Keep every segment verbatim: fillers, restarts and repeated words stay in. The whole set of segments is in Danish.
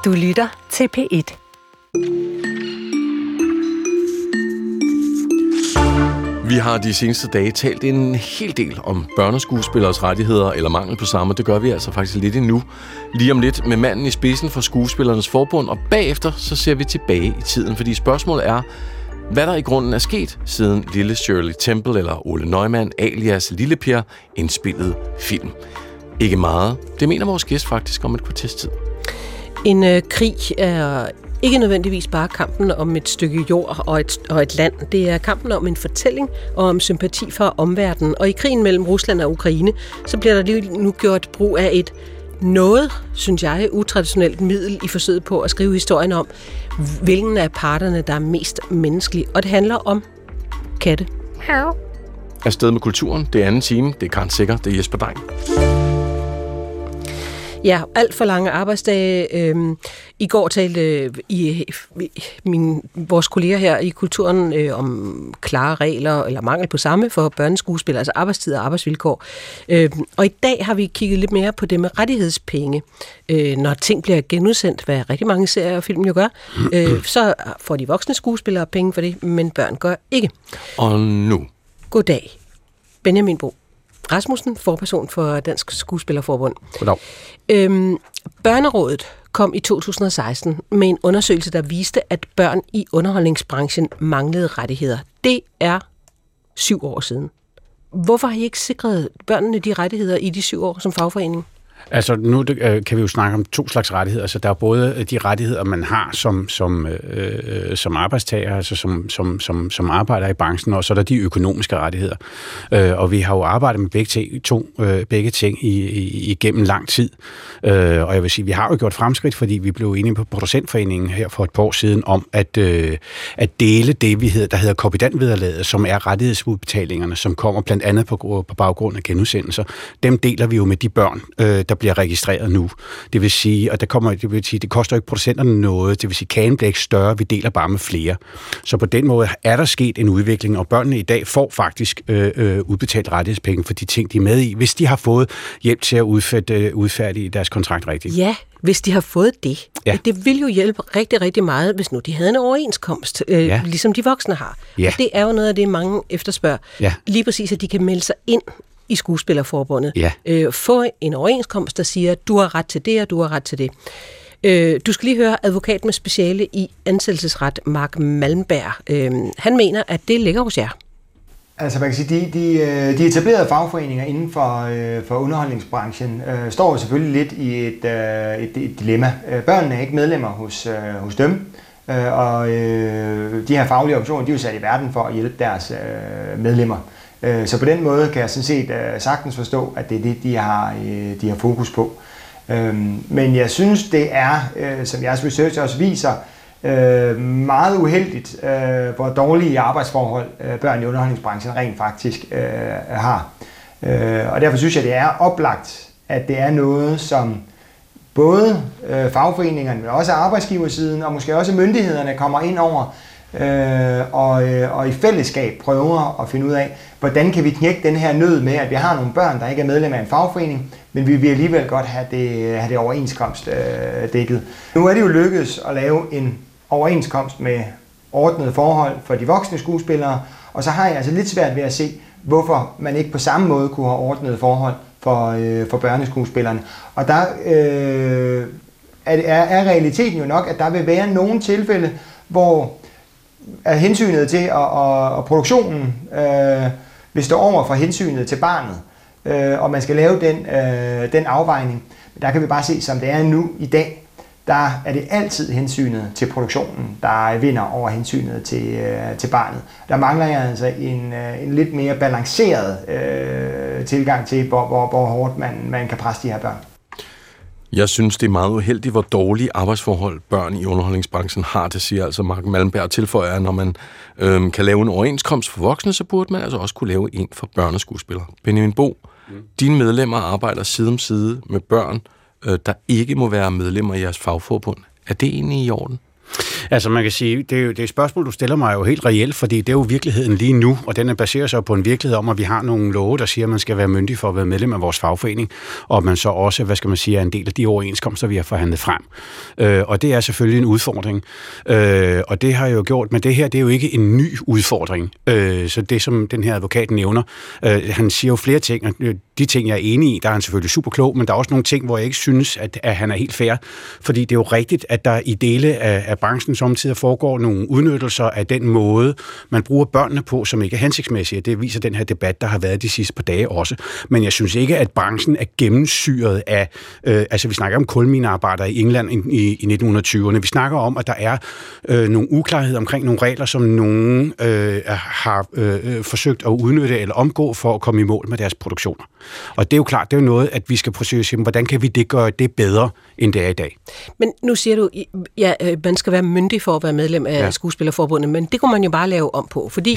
Du lytter til P et. Vi har de seneste dage talt en hel del om børneskuespilleres rettigheder eller mangel på samme. Det gør vi altså faktisk lidt endnu. Lige om lidt med manden i spidsen for Skuespillernes Forbund, og bagefter så ser vi tilbage i tiden, fordi spørgsmålet er, hvad der i grunden er sket, siden lille Shirley Temple eller Ole Neumann alias Lille Per indspillede film. Ikke meget. Det mener vores gæst faktisk om et kvarters tid. En øh, krig er ikke nødvendigvis bare kampen om et stykke jord og et, og et land. Det er kampen om en fortælling og om sympati for omverdenen. Og i krigen mellem Rusland og Ukraine, så bliver der lige nu gjort brug af et noget, synes jeg, utraditionelt middel i forsøget på at skrive historien om, hvilken af parterne, der er mest menneskelig. Og det handler om katte. Afsted med kulturen. Det er anden time. Det er Karen Sikker. Det er Jesper Degn. Ja, alt for lange arbejdsdage. Øhm, I går talte øh, i, min, vores kolleger her i kulturen øh, om klare regler, eller mangel på samme, for børneskuespillere, altså arbejdstid og arbejdsvilkår. Øhm, og i dag har vi kigget lidt mere på det med rettighedspenge. Øh, når ting bliver genudsendt, hvad rigtig mange serier og film jo gør, øh, så får de voksne skuespillere penge for det, men børn gør ikke. Og nu? Goddag. Benjamin Bo Rasmussen, forperson for Dansk Skuespillerforbund. Goddag. Øhm, Børnerådet kom i to tusind og seksten med en undersøgelse, der viste, at børn i underholdningsbranchen manglede rettigheder. Det er syv år siden. Hvorfor har I ikke sikret børnene de rettigheder i de syv år som fagforening? Altså nu øh, kan vi jo snakke om to slags rettigheder. Altså der er både de rettigheder, man har som, som, øh, som arbejdstager, altså som, som, som, som arbejder i branchen, og så er der de økonomiske rettigheder. Øh, og vi har jo arbejdet med begge ting, to, øh, begge ting i, i, igennem lang tid. Øh, og jeg vil sige, vi har jo gjort fremskridt, fordi vi blev enige på Producentforeningen her for et par år siden om at, øh, at dele det, vi hedder, der hedder korpidant-vederlaget, som er rettighedsudbetalingerne, som kommer blandt andet på, på baggrund af genudsendelser. Dem deler vi jo med de børn, øh, der bliver registreret nu. Det vil sige, og der kommer, det vil sige, det koster ikke producenterne noget, det vil sige, kagen bliver ikke større, vi deler bare med flere. Så på den måde er der sket en udvikling, og børnene i dag får faktisk øh, øh, udbetalt rettighedspenge for de ting, de er med i, hvis de har fået hjælp til at udfærdige, udfærdige deres kontrakt rigtigt. Ja, hvis de har fået det. Ja. Det vil jo hjælpe rigtig, rigtig meget, hvis nu de havde en overenskomst, øh, ja. ligesom de voksne har. Ja. Og det er jo noget af det, mange efterspørger. Ja. Lige præcis, at de kan melde sig ind i Skuespillerforbundet. Ja. Øh, få en overenskomst, der siger, at du har ret til det, og du har ret til det. Øh, du skal lige høre advokat med speciale i ansættelsesret, Mark Malmberg. Øh, han mener, at det ligger hos jer. Altså man kan sige, de, de, de etablerede fagforeninger inden for, øh, for underholdningsbranchen øh, står jo selvfølgelig lidt i et, øh, et, et dilemma. Børnene er ikke medlemmer hos, øh, hos dem, øh, og øh, de her faglige organisationer, de er jo sat i verden for at hjælpe deres øh, medlemmer. Så på den måde kan jeg sådan set uh, sagtens forstå, at det er det, de har, uh, de har fokus på. Um, men jeg synes, det er, uh, som jeres research også viser, uh, meget uheldigt, uh, hvor dårlige arbejdsforhold uh, børn i underholdningsbranchen rent faktisk uh, har. Uh, og derfor synes jeg, det er oplagt, at det er noget, som både uh, fagforeningerne, men også arbejdsgiversiden, og måske også myndighederne kommer ind over, Øh, og, øh, og i fællesskab prøver at finde ud af, hvordan kan vi knække den her nød med, at vi har nogle børn, der ikke er medlem af en fagforening, men vi vil alligevel godt have det, have det overenskomst øh, dækket. Nu er det jo lykkedes at lave en overenskomst med ordnede forhold for de voksne skuespillere, og så har jeg altså lidt svært ved at se, hvorfor man ikke på samme måde kunne have ordnede forhold for, øh, for børneskuespillerne. Og der øh, er, er realiteten jo nok, at der vil være nogle tilfælde, hvor er hensynet til og, og, og produktionen øh, vil stå over for hensynet til barnet, øh, og man skal lave den, øh, den afvejning. Men der kan vi bare se, som det er nu i dag, der er det altid hensynet til produktionen, der vinder over hensynet til, øh, til barnet. Der mangler jeg altså en, øh, en lidt mere balanceret øh, tilgang til, hvor, hvor, hvor hårdt man, man kan presse de her børn. Jeg synes, det er meget uheldigt, hvor dårlige arbejdsforhold børn i underholdningsbranchen har. Det siger altså Mark Malmberg tilføjer, at når man øhm, kan lave en overenskomst for voksne, så burde man altså også kunne lave en for børneskuespillere. Benjamin Bo, mm. dine medlemmer arbejder side om side med børn, øh, der ikke må være medlemmer i jeres fagforbund. Er det egentlig i orden? Altså man kan sige, det er jo det er spørgsmål, du stiller mig er jo helt reelt, fordi det er jo virkeligheden lige nu, og den er baseret sig på en virkelighed om, at vi har nogle love, der siger, at man skal være myndig for at være medlem af vores fagforening, og man så også, hvad skal man sige, er en del af de overenskomster, vi har forhandlet frem. Øh, og det er selvfølgelig en udfordring. Øh, og det har jeg jo gjort, men det her, det er jo ikke en ny udfordring. Øh, så det, som den her advokat nævner, øh, han siger jo flere ting, og de ting, jeg er enig i, der er han selvfølgelig super klog, men der er også nogle ting, hvor jeg ikke synes, at, at han er helt fair, fordi det er jo rigtigt, at der i dele af, af branchen samtidig foregår nogle udnyttelser af den måde, man bruger børnene på, som ikke er hensigtsmæssige. Det viser den her debat, der har været de sidste par dage også. Men jeg synes ikke, at branchen er gennemsyret af, øh, altså vi snakker om kulminearbejdere i England i, i, i nitten tyverne. Vi snakker om, at der er øh, nogle uklarheder omkring nogle regler, som nogen øh, har øh, forsøgt at udnytte eller omgå for at komme i mål med deres produktioner. Og det er jo klart, det er jo noget, at vi skal prøve at sige, hvordan kan vi det gøre det bedre, end det er i dag. Men nu siger du, ja, man skal være myndig for at være medlem af ja. Skuespillerforbundet, men det kunne man jo bare lave om på, fordi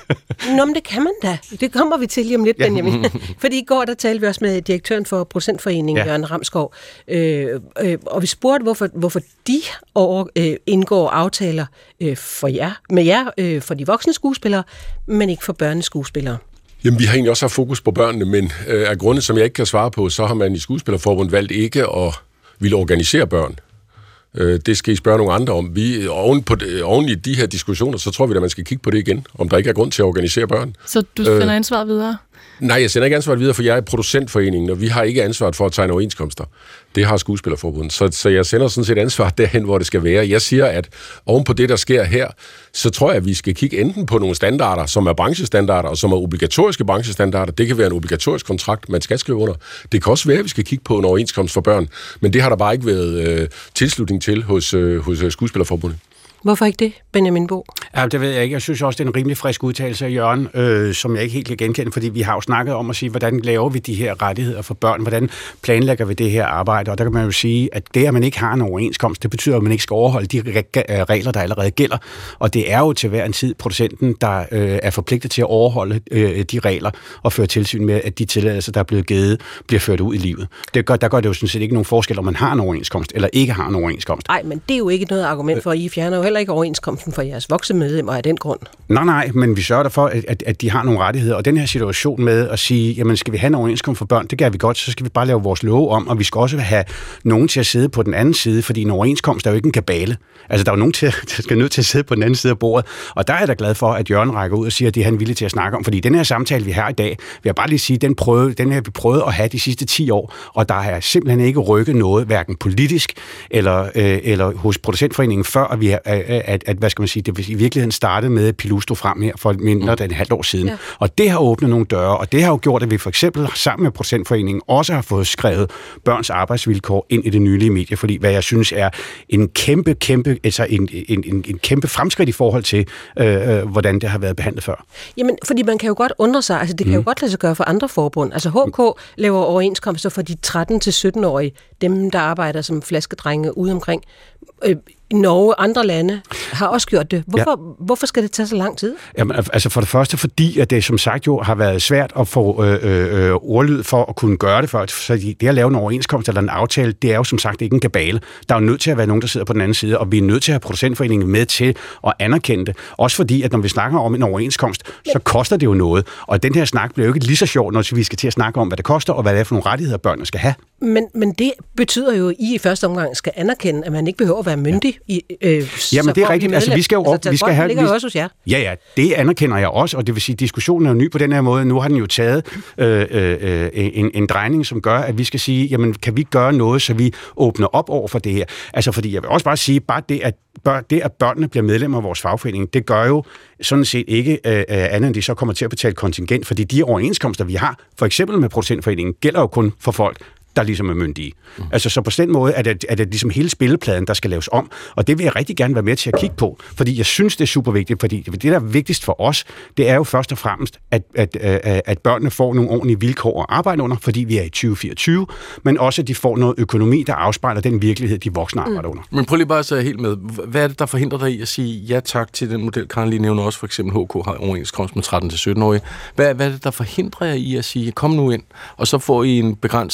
nå, men det kan man da. Det kommer vi til lige om lidt, ja. Benjamin. Fordi i går, der talte vi også med direktøren for Producentforeningen, ja. Jørgen Ramskov, øh, øh, og vi spurgte, hvorfor, hvorfor de over, øh, indgår aftaler øh, for jer, med jer, øh, for de voksne skuespillere, men ikke for børneskuespillere. Jamen, vi har egentlig også haft fokus på børnene, men øh, af grunde, som jeg ikke kan svare på, så har man i Skuespillerforbundet valgt ikke at ville organisere børn. Øh, det skal I spørge nogle andre om. Vi, oven, på, oven i de her diskussioner, så tror vi, at man skal kigge på det igen, om der ikke er grund til at organisere børn. Så du sender øh, ansvaret videre? Nej, jeg sender ikke ansvaret videre, for jeg er producentforeningen, og vi har ikke ansvaret for at tegne overenskomster. Det har Skuespillerforbundet. Så, så jeg sender sådan set ansvar derhen, hvor det skal være. Jeg siger, at oven på det, der sker her, så tror jeg, at vi skal kigge enten på nogle standarder, som er branchestandarder, og som er obligatoriske branchestandarder. Det kan være en obligatorisk kontrakt, man skal skrive under. Det kan også være, at vi skal kigge på en overenskomst for børn. Men det har der bare ikke været øh, tilslutning til hos, øh, hos Skuespillerforbundet. Hvorfor ikke det, Benjamin Bo? Ja, det ved jeg ikke. Jeg synes også, det er en rimelig frisk udtalelse af Jørgen, øh, som jeg ikke helt kan genkende, fordi vi har jo snakket om at sige, hvordan laver vi de her rettigheder for børn, hvordan planlægger vi det her arbejde, og der kan man jo sige, at det, at man ikke har en overenskomst, det betyder, at man ikke skal overholde de regler, der allerede gælder, og det er jo til hver en tid producenten, der øh, er forpligtet til at overholde øh, de regler og føre tilsyn med, at de tilladelser, der er blevet givet, bliver ført ud i livet. Det gør, der gør det jo sådan set ikke nogen forskel, om man har en overenskomst eller ikke har en overenskomst. Nej, men det er jo ikke noget argument for, at I fjerner jo heller ikke overenskomsten for jeres voksne medlemmer af den grund. Nej, nej, men vi sørger for, at, at, at de har nogle rettigheder, og den her situation med at sige, jamen skal vi have en overenskomst for børn, det gør vi godt, så skal vi bare lave vores love om, og vi skal også have nogen til at sidde på den anden side, fordi en overenskomst er jo ikke en kabale. Altså, der er jo nogen, til, der skal nødt til at sidde på den anden side af bordet, og der er jeg da glad for, at Jørgen rækker ud og siger, at det er han villig til at snakke om, fordi den her samtale, vi har i dag, vil jeg bare lige sige, den, prøve, den her vi prøvede at have de sidste ti år, og der har simpelthen ikke rykket noget, hverken politisk eller, øh, eller hos Producentforeningen, før at vi har, at, at, hvad skal man sige, det i virkeligheden startede med, at Pilou stod frem her for mindre end et halvt år siden. Ja. Og det har åbnet nogle døre, og det har jo gjort, at vi for eksempel sammen med Producentforeningen også har fået skrevet børns arbejdsvilkår ind i det nylige medieforlig, hvad jeg synes er en kæmpe, kæmpe, altså en, en, en, en kæmpe fremskridt i forhold til, øh, hvordan det har været behandlet før. Jamen, fordi man kan jo godt undre sig, altså det kan mm. jo godt lade sig gøre for andre forbund. Altså H K laver overenskomster for de tretten til sytten-årige, dem der arbejder som flaskedrenge ude omkring. Øh, Norge, andre lande har også gjort det. Hvorfor, ja. hvorfor skal det tage så lang tid? Jamen, altså for det første, fordi at det som sagt jo har været svært at få øh, øh, ordlyd for at kunne gøre det før. Så det at lave en overenskomst eller en aftale, det er jo som sagt ikke en kabale. Der er jo nødt til at være nogen, der sidder på den anden side, og vi er nødt til at have Producentforeningen med til at anerkende det. Også fordi, at når vi snakker om en overenskomst, Men... så koster det jo noget. Og den her snak bliver jo ikke lige så sjov, når vi skal til at snakke om, hvad det koster, og hvad det er for nogle rettigheder, børnene skal have. Men, men det betyder jo, at I i første omgang skal anerkende, at man ikke behøver at være myndig. Ja. I, øh, Jamen det er rigtigt. Altså vi skal jo altså, vi skal have ligger jo også hos jer. Ja ja, det anerkender jeg også, og det vil sige diskussionen er jo ny på den her måde. Nu har den jo taget øh, øh, en en drejning, som gør, at vi skal sige, jamen kan vi gøre noget, så vi åbner op over for det her. Altså fordi jeg vil også bare sige, bare det at børn, det at børnene bliver medlemmer af vores fagforening, det gør jo sådan set ikke øh, andet end de så kommer til at betale kontingent, fordi de overenskomster vi har, for eksempel med Producentforeningen, gælder jo kun for folk, der ligesom er myndige. Mm. Altså, så på den måde er det, er det ligesom hele spillepladen, der skal laves om, og det vil jeg rigtig gerne være med til at kigge på, fordi jeg synes, det er super vigtigt, fordi det, der er vigtigst for os, det er jo først og fremmest, at, at, at, at børnene får nogle ordentlige vilkår at arbejde under, fordi vi er i tyve fireogtyve, men også, at de får noget økonomi, der afspejler den virkelighed, de voksne arbejder mm. under. Men prøv lige bare at sige helt med, hvad er det, der forhindrer dig i at sige ja tak til den model, Karen lige nævner også, for eksempel H K har overenskomst med tretten til sytten-årige. Hvad, hvad er det, der forhindrer jer i at sige, kom nu ind, og så får I en begrænset,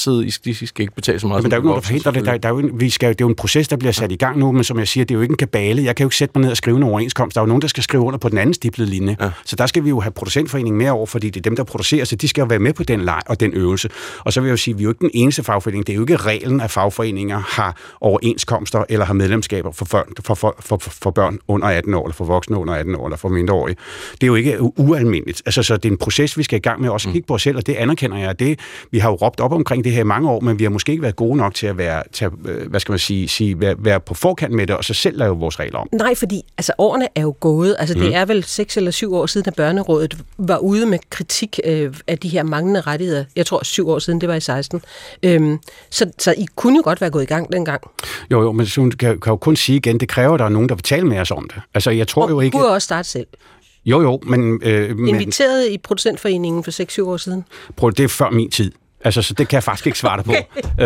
de skal ikke betale så meget. Men der er jo ikke nogen, der forhindrer det. Der, der er jo, vi skal, det er jo en proces, der bliver sat i gang nu, men som jeg siger, det er jo ikke en kabale. Jeg kan jo ikke sætte mig ned og skrive en overenskomst. Der er jo nogen, der skal skrive under på den anden stiplede linje. Ja. Så der skal vi jo have producentforeningen mere over, fordi det er dem, der producerer, så de skal jo være med på den leg og den øvelse. Og så vil jeg jo sige, at vi er jo ikke den eneste fagforening. Det er jo ikke reglen, at fagforeninger har overenskomster eller har medlemskaber for, for, for, for, for, for børn under atten år, eller for voksne under atten år, eller for mindreårige. Det er jo ikke ualmindeligt. Altså, så det er en proces, vi skal i gang med også at kigge på os selv, og det anerkender jeg. Det, vi har jo råbt op omkring det her i mange år, men vi har måske ikke været gode nok til at være, til, hvad skal man sige, sige være, være på forkant med det, og så selv lave vores regler om. Nej, fordi altså, årene er jo gået. Altså, det mm. er vel seks eller syv år siden, at Børnerådet var ude med kritik øh, af de her manglende rettigheder. Jeg tror, syv år siden, det var i seksten. Øhm, så, så I kunne jo godt være gået i gang dengang. Jo, jo, men du kan, kan jo kun sige igen, det kræver, at der er nogen, der vil tale med os om det. Altså, jeg tror og jo ikke... kunne også starte selv. Jo, jo, men... Øh, Inviteret men, i producentforeningen for seks syv år siden? Prøv, det er før min tid. Altså, så det kan jeg faktisk ikke svare dig på.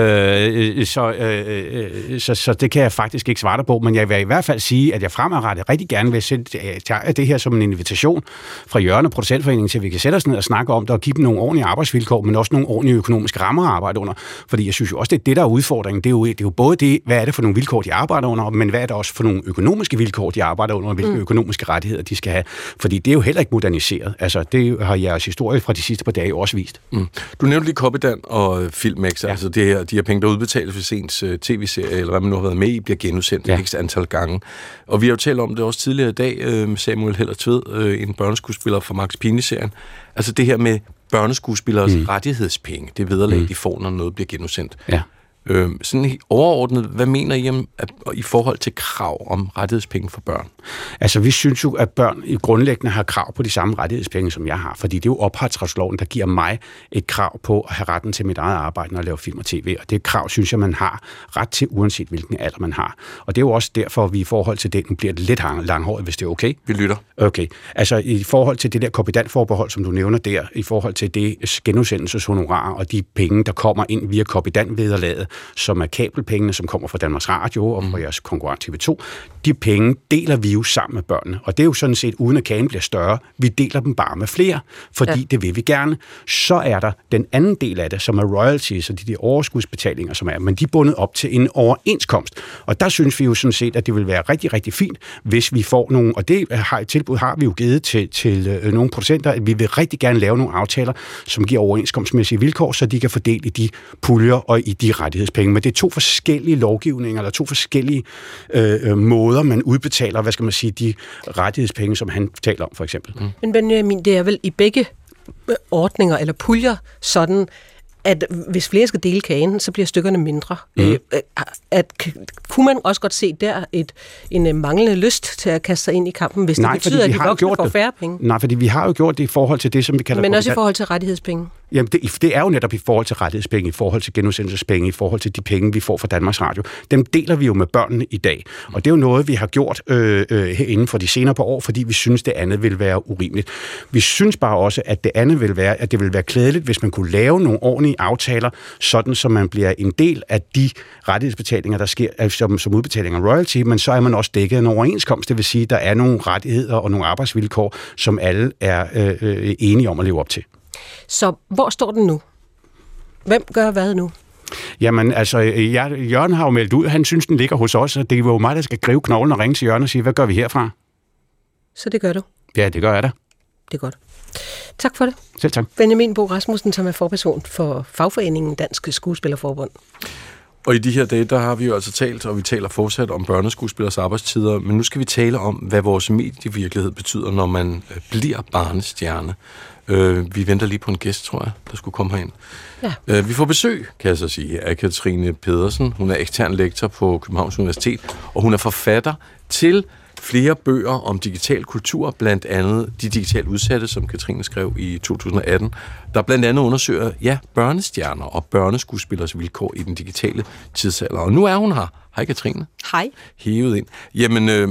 øh, så, øh, så, så det kan jeg faktisk ikke svare dig på, men jeg vil i hvert fald sige, at jeg fremadrettet rigtig gerne vil sætte det her som en invitation fra Jørgen og Producentforeningen til, at vi kan sætte os ned og snakke om det og give dem nogle ordentlige arbejdsvilkår, men også nogle ordentlige økonomiske rammer at arbejde under. Fordi jeg synes jo også, det er det, der er udfordringen. Det er jo, det er jo både det, hvad er det for nogle vilkår, de arbejder under, men hvad er det også for nogle økonomiske vilkår, de arbejder under, og hvilke mm. økonomiske rettigheder de skal have. Fordi det er jo heller ikke moderniseret. Altså, det har jeres historie fra de sidste par dage også vist. Mm. Du nævnte lige Copydan og Filmex, ja. Altså det her, de her penge, der udbetales, hvis ens uh, tv-serie, eller hvad man nu har været med i, bliver genudsendt ja. et antal gange. Og vi har jo talt om det også tidligere i dag uh, med Samuel Heller Tved, uh, en børneskuespiller fra Max Pini-serien. Altså det her med børneskuespillers mm. rettighedspenge, det vederlag, mm. de får, når noget bliver genudsendt. Ja. Øh, sådan overordnet, hvad mener I om at, i forhold til krav om rettighedspenge for børn? Altså, vi synes jo, at børn i grundlæggende har krav på de samme rettighedspenge, som jeg har, fordi det er jo ophavsretsloven, der giver mig et krav på at have retten til mit eget arbejde, når jeg laver film og tv, og det krav, synes jeg, man har ret til, uanset hvilken alder man har. Og det er jo også derfor, at vi i forhold til det, nu bliver det lidt langhåret, hvis det er okay. Vi lytter. Okay. Altså, i forhold til det der Copydan-forbehold, som du nævner der, i forhold til det genudsendelseshonorar og de penge, der kommer ind via Copydan-vederlaget, som er kabelpengene, som kommer fra Danmarks Radio og fra jeres konkurrent T V to. De penge deler vi jo sammen med børnene, og det er jo sådan set, uden at kagen bliver større, vi deler dem bare med flere, fordi ja. det vil vi gerne. Så er der den anden del af det, som er royalties, og de der overskudsbetalinger, som er, men de er bundet op til en overenskomst. Og der synes vi jo sådan set, at det vil være rigtig, rigtig fint, hvis vi får nogle, og det har et tilbud, har vi jo givet til, til øh, nogle producenter, at vi vil rigtig gerne lave nogle aftaler, som giver overenskomstmæssige vilkår, så de kan fordele i de puljer og i de rettighedspenge. Men det er to forskellige lovgivninger, eller to forskellige øh, måder, man udbetaler, hvad skal man sige, de rettighedspenge, som han taler om, for eksempel. Mm. Men Benjamin, det er vel i begge ordninger eller puljer sådan, at hvis flere skal dele kagen, så bliver stykkerne mindre. Mm. Øh, at, kunne man også godt se der et, en manglende lyst til at kaste sig ind i kampen, hvis Nej, det betyder, at de voksne får det. færre penge? Nej, fordi vi har jo gjort det i forhold til det, som vi kalder... Men også i forhold til rettighedspenge? Jamen, det, det er jo netop i forhold til rettighedspenge, i forhold til genudsendelsespenge, i forhold til de penge, vi får fra Danmarks Radio. Dem deler vi jo med børnene i dag. Og det er jo noget, vi har gjort øh, øh, herinde for de senere par år, fordi vi synes, det andet vil være urimeligt. Vi synes bare også, at det andet vil være, at det vil være klædeligt, hvis man kunne lave nogle ordentlige aftaler, sådan så man bliver en del af de rettighedsbetalinger, der sker som, som udbetaling af royalty, men så er man også dækket af en overenskomst. Det vil sige, at der er nogle rettigheder og nogle arbejdsvilkår, som alle er øh, øh, enige om at leve op til. Så hvor står den nu? Hvem gør hvad nu? Jamen, altså, jeg, Jørgen har jo meldt ud, han synes, den ligger hos os, og det er jo mig, der skal gribe knoglen og ringe til Jørgen og sige, hvad gør vi herfra? Så det gør du? Ja, det gør jeg da. Det er godt. Tak for det. Selv tak. Benjamin Bo Rasmussen, som er forperson for fagforeningen Dansk Skuespillerforbund. Og i de her dage, der har vi jo altså talt, og vi taler fortsat om børneskuespillers arbejdstider, men nu skal vi tale om, hvad vores medievirkelighed betyder, når man bliver barnestjerne. Øh, vi venter lige på en gæst, tror jeg, der skulle komme herind. Ja. Øh, vi får besøg, kan jeg så sige, af Katrine Pedersen. Hun er ekstern lektor på Københavns Universitet, og hun er forfatter til flere bøger om digital kultur, blandt andet De digitalt udsatte, som Katrine skrev i to tusind og atten, der blandt andet undersøger, ja, børnestjerner og børneskuespillers vilkår i den digitale tidsalder. Og nu er hun her. Hej Katrine. Hej. Hævet ind. Jamen, øh,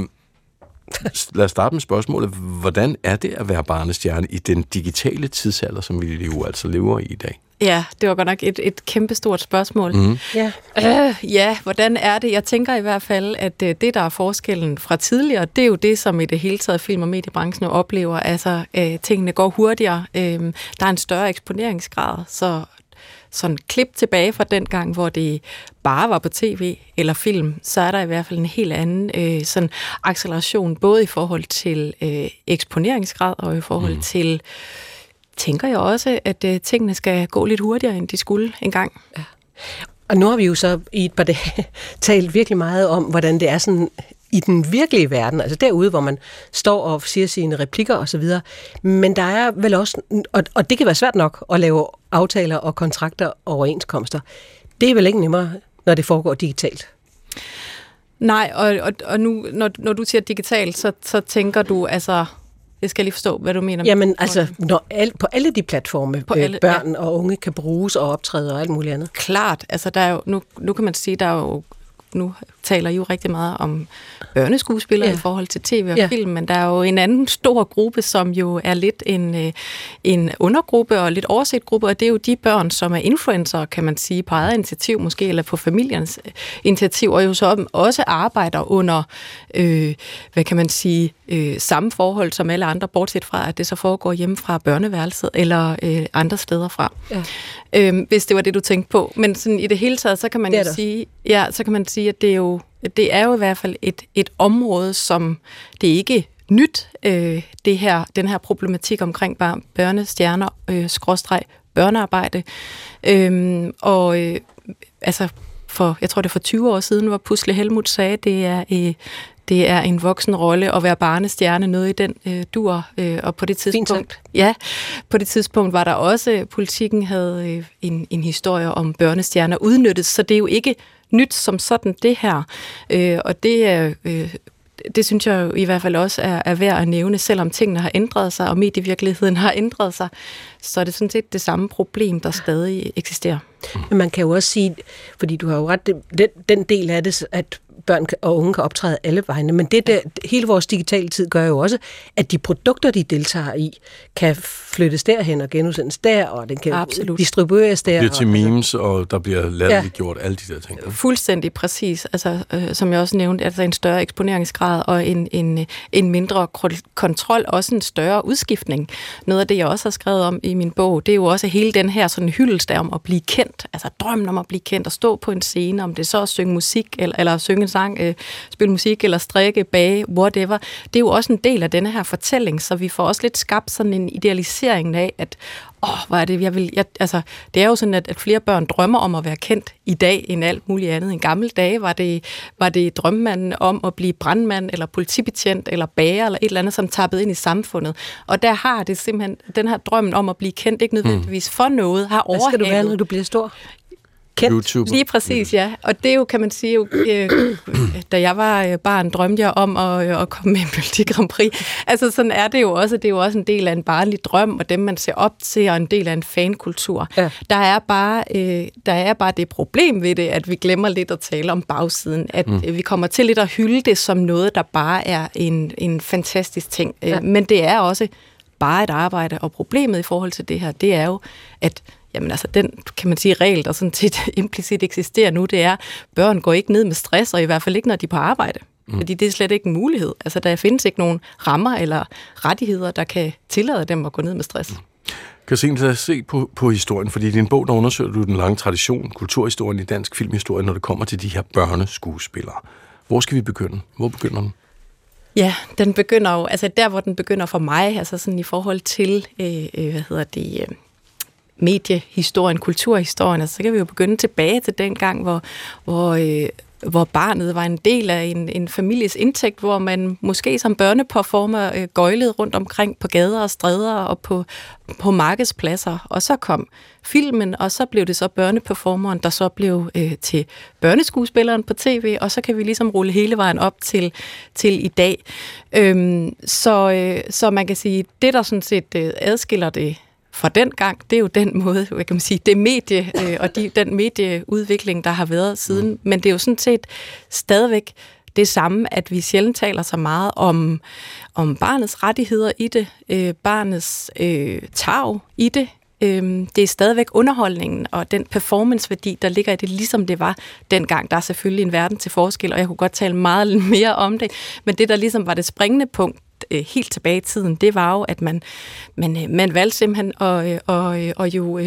lad os starte med spørgsmålet. Hvordan er det at være barnestjerne i den digitale tidsalder, som vi jo altså lever i i dag? Ja, det var godt nok et, et kæmpestort spørgsmål. Mm. Ja. Øh, ja, hvordan er det? Jeg tænker i hvert fald, at det, der er forskellen fra tidligere, det er jo det, som i det hele taget film- og mediebranchen oplever. Altså, øh, tingene går hurtigere. Øh, der er en større eksponeringsgrad, så sådan klip tilbage fra den gang, hvor det bare var på tv eller film, så er der i hvert fald en helt anden øh, sådan acceleration, både i forhold til øh, eksponeringsgrad og i forhold mm. til, tænker jeg også, at øh, tingene skal gå lidt hurtigere, end de skulle engang. Ja. Og nu har vi jo så i et par dage talt virkelig meget om, hvordan det er sådan i den virkelige verden, altså derude, hvor man står og siger sine replikker og så videre. Men der er vel også, og, og det kan være svært nok at lave aftaler og kontrakter og overenskomster. Det er vel ikke nemmere, når det foregår digitalt? Nej, og, og, og nu, når, når du siger digitalt, så, så tænker du, altså, jeg skal lige forstå, hvad du mener. Jamen, altså, når al, på alle de platforme, på alle, børn ja. og unge kan bruges og optræde og alt muligt andet. Klart, altså, der er jo, nu, nu kan man sige, der er jo, nu taler I jo rigtig meget om børneskuespillere ja. i forhold til tv og ja. film, men der er jo en anden stor gruppe, som jo er lidt en, en undergruppe og lidt overset gruppe, og det er jo de børn, som er influencer, kan man sige, på eget initiativ måske, eller på familiens initiativ, og jo så også arbejder under, øh, hvad kan man sige, øh, samme forhold som alle andre, bortset fra, at det så foregår hjemme fra børneværelset, eller øh, andre steder fra. Ja. Øh, hvis det var det, du tænkte på. Men sådan, i det hele taget, så kan man jo sige, ja, så kan man sige, at det er jo Det er jo i hvert fald et, et område, som det ikke er nyt, øh, det her, den her problematik omkring børnestjerner, øh, skråstreg, børnearbejde. Øh, og øh, altså, for, jeg tror det er for tyve år siden, hvor Pusle Helmuth sagde, det er, øh, det er en voksen rolle at være barnestjerne, noget i den øh, dur. Øh, og på det tidspunkt, ja, på det tidspunkt var der også, Politikken havde øh, en, en historie om børnestjerner udnyttet, så det er jo ikke nyt som sådan det her, øh, og det er, øh, det synes jeg jo i hvert fald også er, er værd at nævne, selvom tingene har ændret sig, og medievirkeligheden har ændret sig, så er det sådan set det samme problem, der stadig eksisterer. Men man kan jo også sige, fordi du har jo ret, den, den del af det, at børn og unge kan optræde alle vegne, men det der, hele vores digitale tid gør jo også, at de produkter, de deltager i, kan flyttes derhen og genudsendes der, og den kan Absolut. distribueres der. Det bliver til memes, og der bliver lavet ja. gjort alle de der ting. Fuldstændig præcis. Altså, øh, som jeg også nævnte, altså en større eksponeringsgrad og en, en, en mindre kontrol, også en større udskiftning. Noget af det, jeg også har skrevet om i min bog, det er jo også hele den her sådan hyldest der om at blive kendt, altså drømmen om at blive kendt og stå på en scene, om det så at synge musik, eller, eller synge en sang, øh, spille musik, eller strikke, bage, whatever. Det er jo også en del af denne her fortælling, så vi får også lidt skabt sådan en idealisering af, at åh, hvor er det, jeg vil, jeg, altså, det er jo sådan, at, at flere børn drømmer om at være kendt i dag, end alt muligt andet. I gamle dage var det, var det drømmanden om at blive brandmand, eller politibetjent, eller bager, eller et eller andet, som tappede ind i samfundet. Og der har det simpelthen, den her drømmen om at blive kendt, ikke nødvendigvis for noget, har overhalet. Hvad skal du være, når du bliver stor? Kendt. YouTuber. Lige præcis, ja. Og det er jo, kan man sige, jo, øh, da jeg var barn, drømte jeg om at, at komme med en Melodi Grand Prix. Altså sådan er det jo også. Det er jo også en del af en barnlig drøm, og dem man ser op til, og en del af en fankultur. Ja. Der er bare, øh, der er bare det problem ved det, at vi glemmer lidt at tale om bagsiden. At mm. vi kommer til lidt at hylde det som noget, der bare er en, en fantastisk ting. Ja. Men det er også bare et arbejde, og problemet i forhold til det her, det er jo, at jamen altså, den, kan man sige, regel, der sådan set implicit eksisterer nu, det er, børn går ikke ned med stress, og i hvert fald ikke, når de er på arbejde. Mm. Fordi det er slet ikke en mulighed. Altså, der findes ikke nogen rammer eller rettigheder, der kan tillade dem at gå ned med stress. Mm. Katrine, lad os se på, på historien, fordi i din bog, der undersøger du den lange tradition, kulturhistorien i dansk filmhistorie, når det kommer til de her børneskuespillere. Hvor skal vi begynde? Hvor begynder den? Ja, den begynder jo, altså der, hvor den begynder for mig, altså sådan i forhold til, øh, øh, hvad hedder det, øh, mediehistorien, kulturhistorien, altså, så kan vi jo begynde tilbage til den gang, hvor, hvor, øh, hvor barnet var en del af en, en families indtægt, hvor man måske som børneperformer øh, gøjlede rundt omkring på gader og stræder og på, på markedspladser, og så kom filmen, og så blev det så børneperformeren, der så blev øh, til børneskuespilleren på tv, og så kan vi ligesom rulle hele vejen op til, til i dag. Øhm, så, øh, så man kan sige, det der sådan set øh, adskiller det fra den gang, det er jo den måde, hvad kan man sige, det medie øh, og de, den medieudvikling, der har været siden. Mm. Men det er jo sådan set stadigvæk det samme, at vi sjældent taler så meget om, om barnets rettigheder i det, øh, barnets øh, tarv i det. Øh, det er stadigvæk underholdningen og den performanceværdi, der ligger i det, ligesom det var dengang. Der er selvfølgelig en verden til forskel, og jeg kunne godt tale meget mere om det, men det, der ligesom var det springende punkt, helt tilbage i tiden, det var jo, at man, man, man valgte simpelthen at, og, og jo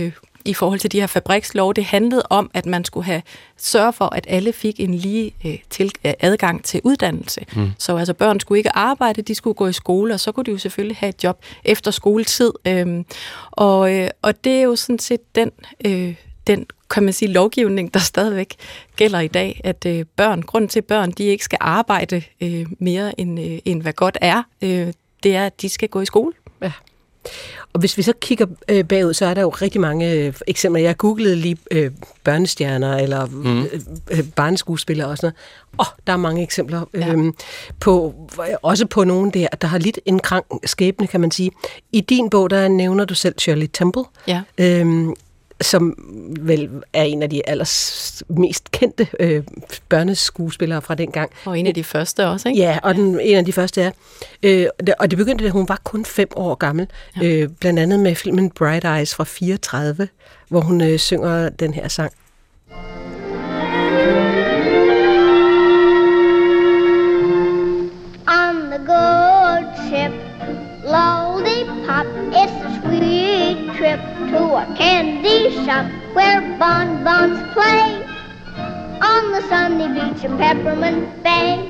i forhold til de her fabrikslov. Det handlede om, at man skulle have sørge for, at alle fik en lige øh, til, øh, adgang til uddannelse. Mm. Så altså børn skulle ikke arbejde, de skulle gå i skole, og så kunne de jo selvfølgelig have et job efter skoletid. Øhm, og, øh, og det er jo sådan set den, øh, den kan man sige, lovgivning, der stadigvæk gælder i dag, at øh, børn, grunden til, at børn de ikke skal arbejde øh, mere, end, øh, end hvad godt er, øh, det er, at de skal gå i skole. Ja. Og hvis vi så kigger øh, bagud, så er der jo rigtig mange øh, eksempler. Jeg googlede lige øh, børnestjerner eller mm. øh, øh, barneskuespillere og sådan noget. Åh, oh, der er mange eksempler. Ja. Øh, på, også på nogen der, der har lidt en krank skæbne, kan man sige. I din bog, der nævner du selv Shirley Temple. Ja. Øh, som vel er en af de allers mest kendte øh, børneskuespillere fra dengang. Og en af de første også, ikke? Ja, og den, en af de første er. Øh, og det begyndte, da hun var kun fem år gammel. Ja. Øh, blandt andet med filmen Bright Eyes fra fireogtredive, hvor hun øh, synger den her sang. On the good ship, Lollipop, it's a sweet trip to a candy shop where bonbons play on the sunny beach of Peppermint Bay.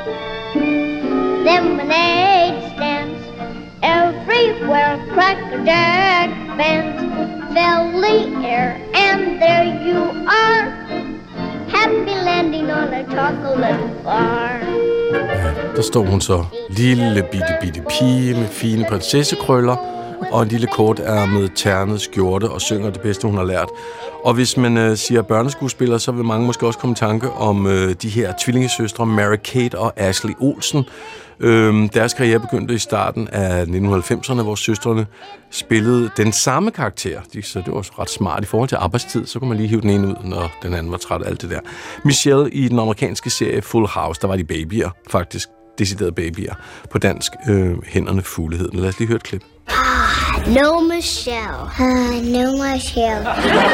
Lemonade stands everywhere, Cracker Jack bands fill the air, and there you are, happy landing on a chocolate bar. Der står hun så, lille bitte bitte pige med fine prinsessekrøller og en lille kortærmet ternet skjorte og synger det bedste, hun har lært. Og hvis man øh, siger børneskuespiller, så vil mange måske også komme i tanke om øh, de her tvillingesøstre Mary-Kate og Ashley Olsen. Øh, deres karriere begyndte i starten af nitten halvfemserne, hvor søstrene spillede den samme karakter. De, så det var ret smart i forhold til arbejdstid. Så kunne man lige hive den ene ud, når den anden var træt af alt det der. Michelle i den amerikanske serie Full House, der var de babyer, faktisk deciderede babyer. På dansk, øh, hænderne fugleheden. Lad os lige høre et klip. Ah, no Michelle. Ah, no Michelle.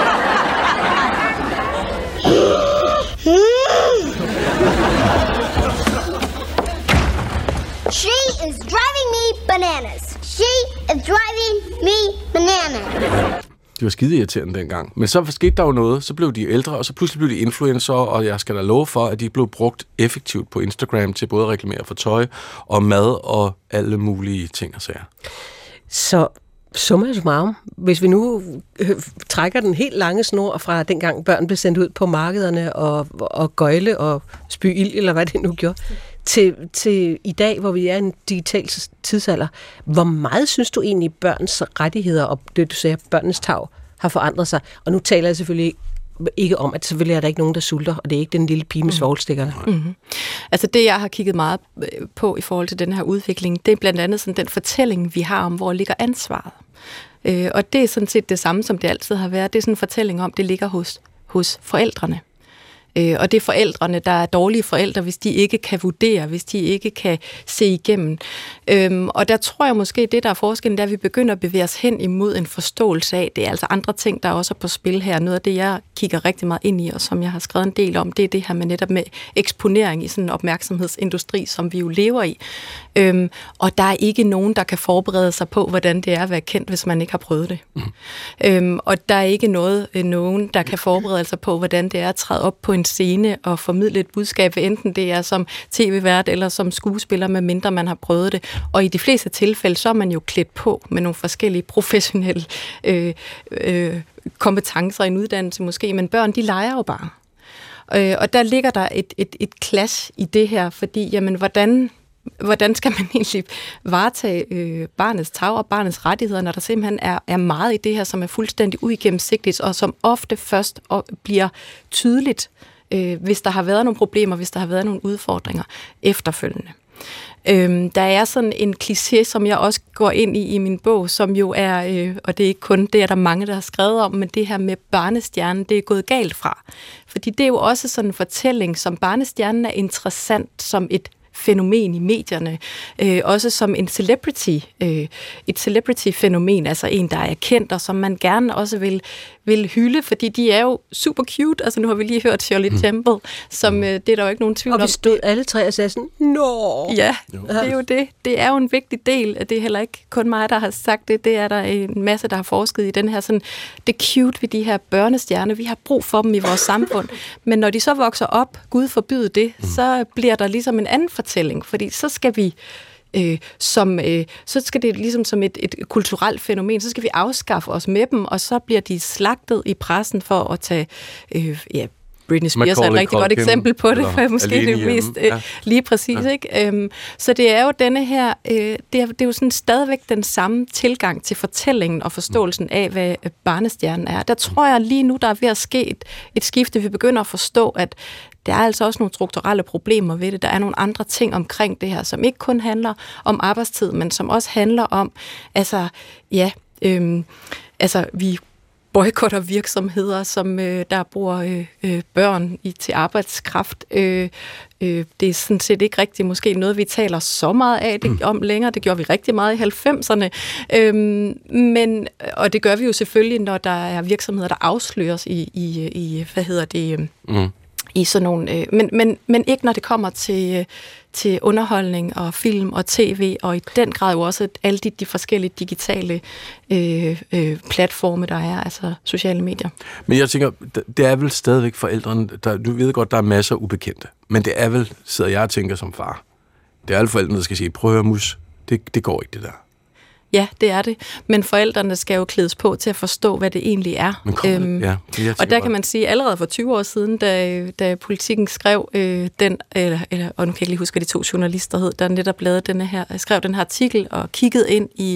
She is driving me bananas. She is driving me bananas. De var skide irriterende dengang. Men så skete der jo noget, så blev de ældre, og så pludselig blev de influencer, og jeg skal da love for, at de blev brugt effektivt på Instagram til både at reklamere for tøj og mad og alle mulige ting og sager. Så summa summarum, hvis vi nu øh, trækker den helt lange snor fra dengang børn blev sendt ud på markederne og, og gøjle og spy ild, eller hvad det nu gjorde, til, til i dag, hvor vi er i en digital tidsalder, hvor meget synes du egentlig børns rettigheder og det, du sagde, børnenes tag har forandret sig? Og nu taler jeg selvfølgelig ikke om, at selvfølgelig er der ikke nogen, der sulter, og det er ikke den lille pige med svovlstikkerne. Mm-hmm. Altså det, jeg har kigget meget på i forhold til den her udvikling, det er blandt andet sådan den fortælling, vi har om, hvor ligger ansvaret. Øh, og det er sådan set det samme, som det altid har været. Det er sådan en fortælling om, det ligger hos, hos forældrene. Øh, og det er forældrene, der er dårlige forældre, hvis de ikke kan vurdere, hvis de ikke kan se igennem. Øhm, og der tror jeg måske, det der er forskellen, der vi begynder at bevæge os hen imod en forståelse af, det er altså andre ting, der er også på spil her. Noget af det, jeg kigger rigtig meget ind i, og som jeg har skrevet en del om, det er det her med netop med eksponering i sådan en opmærksomhedsindustri, som vi jo lever i. Øhm, og der er ikke nogen, der kan forberede sig på, hvordan det er at være kendt, hvis man ikke har prøvet det. Mm. Øhm, og der er ikke noget, nogen, der kan forberede sig på, hvordan det er at træde op på en scene og formidle et budskab, enten det er som tv-vært eller som skuespiller, med mindre man har prøvet det. Og i de fleste tilfælde, så er man jo klædt på med nogle forskellige professionelle øh, øh, kompetencer i en uddannelse måske, men børn, de leger jo bare. Øh, og der ligger der et, et, et clash i det her, fordi, jamen, hvordan... Hvordan skal man egentlig varetage øh, barnets tag og barnets rettigheder, når der simpelthen er, er meget i det her, som er fuldstændig uigennemsigtigt, og som ofte først bliver tydeligt, øh, hvis der har været nogle problemer, hvis der har været nogle udfordringer efterfølgende. Øhm, der er sådan en kliché, som jeg også går ind i i min bog, som jo er, øh, og det er ikke kun det, er der mange, der har skrevet om, men det her med barnestjernen, det er gået galt fra. Fordi det er jo også sådan en fortælling, som barnestjernen er interessant som et fænomen i medierne, øh, også som en celebrity, øh, et celebrity-fænomen, altså en, der er kendt, og som man gerne også vil, vil hylde, fordi de er jo super cute. Altså nu har vi lige hørt Shirley mm. Temple, som øh, det er der jo ikke nogen tvivl om. Og vi stod alle tre og sagde sådan, nå! Ja, jo. Det er jo det. Det er jo en vigtig del, at det er heller ikke kun mig, der har sagt det. Det er der en masse, der har forsket i den her sådan, det cute ved de her børnestjerner. Vi har brug for dem i vores samfund. Men når de så vokser op, Gud forbyde det, mm. så bliver der ligesom en anden fortælling, fordi så skal vi Øh, som, øh, så skal det ligesom som et, et kulturelt fænomen, så skal vi afskaffe os med dem, og så bliver de slagtet i pressen for at tage, øh, ja, Britney Spears er et rigtig godt eksempel på det, for måske det mest øh, ja. lige præcis, ja. ikke? Øhm, så det er jo denne her, øh, det, er, det er jo sådan stadigvæk den samme tilgang til fortællingen og forståelsen af, hvad barnestjernen er. Der tror jeg lige nu, der er ved at ske et, et skifte. Vi begynder at forstå, at der er altså også nogle strukturelle problemer ved det. Der er nogle andre ting omkring det her, som ikke kun handler om arbejdstid, men som også handler om, altså, ja, øhm, altså, vi boykotter virksomheder, som øh, der bruger øh, børn i, til arbejdskraft. Øh, øh, det er sådan set ikke rigtig måske noget, vi taler så meget af det, om længere. Det gjorde vi rigtig meget i halvfemserne. Øh, men, og det gør vi jo selvfølgelig, når der er virksomheder, der afsløres i, i, i hvad hedder det... Øh, mm. i sådan nogle, øh, men, men, men ikke når det kommer til, øh, til underholdning og film og tv, og i den grad jo også alle de, de forskellige digitale øh, øh, platforme, der er, altså sociale medier. Men jeg tænker, det er vel stadigvæk forældrene, der, du ved godt, der er masser af ubekendte, men det er vel, sidder jeg og tænker som far, det er alle forældrene, der skal sige, prøv at høre, mus, det, det går ikke det der. Ja, det er det. Men forældrene skal jo klædes på til at forstå, hvad det egentlig er. Men kom, øhm, ja, og der kan man sige, allerede for tyve år siden, da, da Politikken skrev øh, den, eller, eller, og nu kan jeg ikke lige huske, hvad de to journalister hed, der netop lavede denne her, skrev den her artikel og kiggede ind i,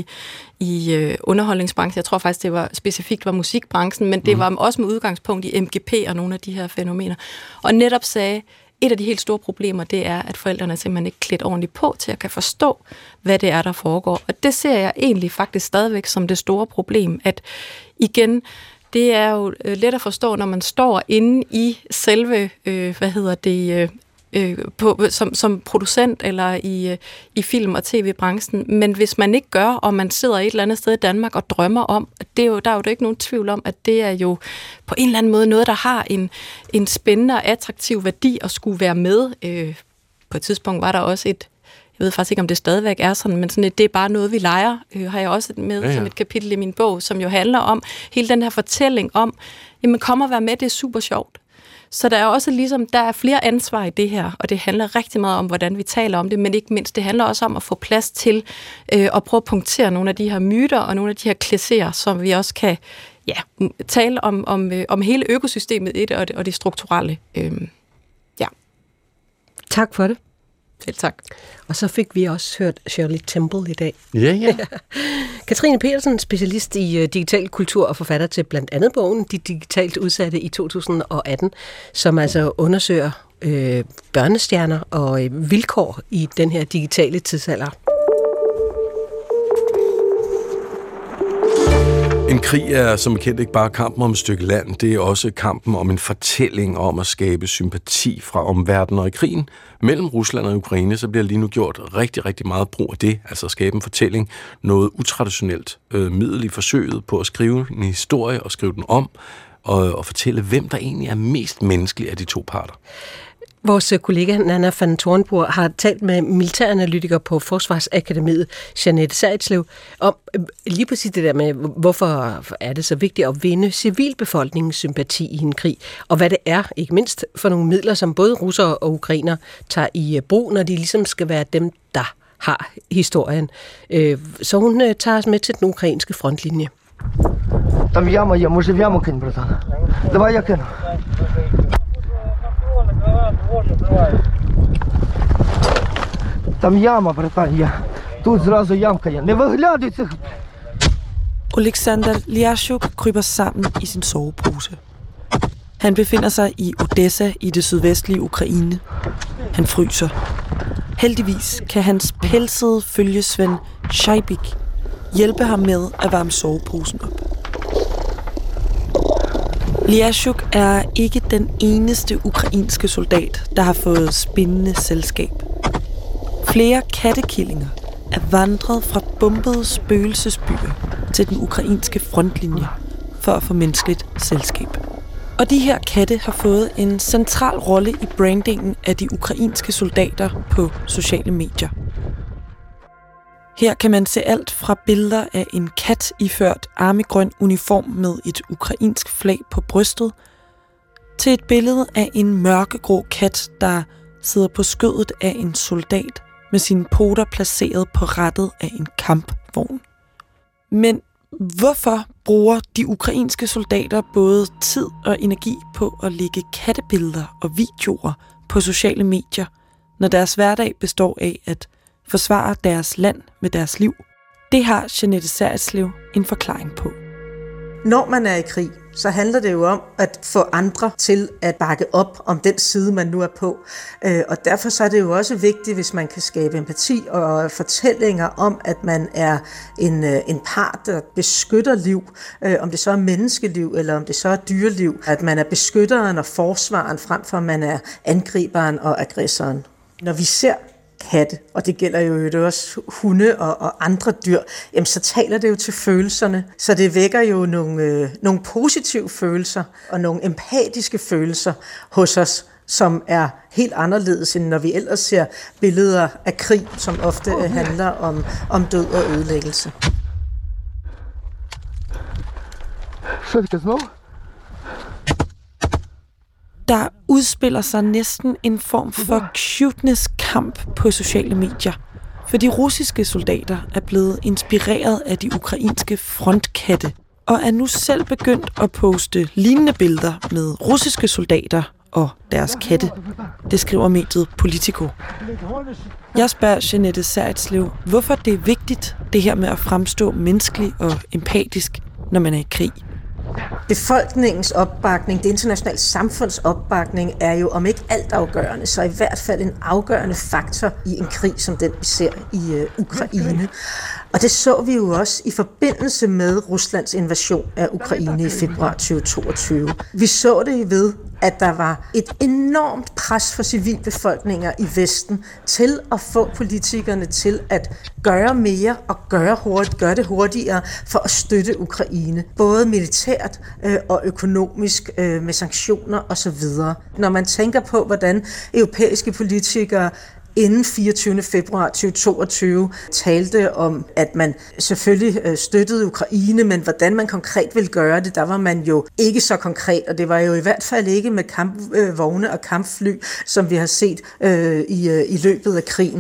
i øh, underholdningsbranchen. Jeg tror faktisk, det var specifikt var musikbranchen, men det mm. var også med udgangspunkt i M G P og nogle af de her fænomener. Og netop sagde, et af de helt store problemer, det er, at forældrene er simpelthen ikke klædt ordentligt på til at kan forstå, hvad det er, der foregår. Og det ser jeg egentlig faktisk stadigvæk som det store problem, at igen, det er jo let at forstå, når man står inde i selve, øh, hvad hedder det, øh, på, som, som producent eller i, øh, i film- og tv-branchen. Men hvis man ikke gør, og man sidder et eller andet sted i Danmark og drømmer om, det er jo, der er jo ikke nogen tvivl om, at det er jo på en eller anden måde noget, der har en, en spændende og attraktiv værdi at skulle være med. Øh, på et tidspunkt var der også et, jeg ved faktisk ikke, om det stadigvæk er sådan, men sådan et, det er bare noget, vi leger, øh, har jeg også med ja, ja. som et kapitel i min bog, som jo handler om hele den her fortælling om, jamen kom og vær med, det er super sjovt. Så der er også ligesom, der er flere ansvar i det her, og det handler rigtig meget om, hvordan vi taler om det, men ikke mindst, det handler også om at få plads til øh, at prøve at punktere nogle af de her myter og nogle af de her klichéer, som vi også kan ja, tale om, om, øh, om hele økosystemet i det og det, og det strukturelle. Øh, ja. Tak for det. Selv tak. Og så fik vi også hørt Shirley Temple i dag. Ja, ja. Katrine Petersen, specialist i uh, digital kultur og forfatter til blandt andet bogen De Digitalt Udsatte i to tusind og atten, som altså undersøger øh, børnestjerner og øh, vilkår i den her digitale tidsalder. En krig er som bekendt ikke bare kampen om et stykke land, det er også kampen om en fortælling om at skabe sympati fra omverdenen. Og i krigen mellem Rusland og Ukraine, så bliver lige nu gjort rigtig, rigtig meget brug af det, altså at skabe en fortælling, noget utraditionelt øh, middel i forsøget på at skrive en historie og skrive den om, og, og fortælle, hvem der egentlig er mest menneskelig af de to parter. Vores kollega Nanna van Thornburg har talt med militæranalytiker på Forsvarsakademiet, Jeanette Sejtslev, om lige præcis det der med, hvorfor er det så vigtigt at vinde civilbefolkningens sympati i en krig, og hvad det er, ikke mindst for nogle midler, som både russere og ukrainer tager i brug, når de ligesom skal være dem, der har historien. Så hun tager os med til den ukrainske frontlinje. Там яма є, може в яму кинь, братан. Давай я кину. Там яма, братан, є. Тут зразу ямка є. Не виглядуй цих. Oleksandr Liashuk kryber sammen i sin sovepose. Han befinder sig i Odessa i det sydvestlige Ukraine. Han fryser. Heldigvis kan hans pelsede følgesvend Shaibik hjælpe ham med at varme soveposen op. Liashuk er ikke den eneste ukrainske soldat, der har fået spændende selskab. Flere kattekillinger er vandret fra bombede spøgelsesbyer til den ukrainske frontlinje for at få menneskeligt selskab. Og de her katte har fået en central rolle i brandingen af de ukrainske soldater på sociale medier. Her kan man se alt fra billeder af en kat iført armegrøn uniform med et ukrainsk flag på brystet, til et billede af en mørkegrå kat, der sidder på skødet af en soldat med sine poter placeret på rattet af en kampvogn. Men hvorfor bruger de ukrainske soldater både tid og energi på at lægge kattebilleder og videoer på sociale medier, når deres hverdag består af at forsvare deres land med deres liv? Det har Jeanette Serritslev en forklaring på. Når man er i krig, så handler det jo om at få andre til at bakke op om den side, man nu er på. Og derfor så er det jo også vigtigt, hvis man kan skabe empati og fortællinger om, at man er en, en part, der beskytter liv, om det så er menneskeliv eller om det så er dyreliv, at man er beskytteren og forsvaren frem for, at man er angriberen og aggressoren. Når vi ser katte, og det gælder jo også hunde og, og andre dyr, jamen så taler det jo til følelserne. Så det vækker jo nogle, øh, nogle positive følelser og nogle empatiske følelser hos os, som er helt anderledes, end når vi ellers ser billeder af krig, som ofte øh, handler om, om død og ødelæggelse. Der udspiller sig næsten en form for cuteness-kamp på sociale medier, for de russiske soldater er blevet inspireret af de ukrainske frontkatte, og er nu selv begyndt at poste lignende billeder med russiske soldater og deres katte. Det skriver mediet Politico. Jeg spørger Jeanette Serritslev, hvorfor det er vigtigt, det her med at fremstå menneskelig og empatisk, når man er i krig. Befolkningens opbakning, det internationale samfunds opbakning, er jo om ikke alt afgørende, så i hvert fald en afgørende faktor i en krig, som den vi ser i uh, Ukraine. Og det så vi jo også i forbindelse med Ruslands invasion af Ukraine i februar tyve toogtyve. Vi så det ved, at der var et enormt pres for civilbefolkninger i Vesten til at få politikerne til at gøre mere og gøre, hurtigt, gøre det hurtigere for at støtte Ukraine. Både militært øh, og økonomisk øh, med sanktioner osv. Når man tænker på, hvordan europæiske politikere inden fireogtyvende februar tyve toogtyve talte om, at man selvfølgelig støttede Ukraine, men hvordan man konkret ville gøre det, der var man jo ikke så konkret, og det var jo i hvert fald ikke med kampvogne og kampfly, som vi har set øh, i, øh, i løbet af krigen.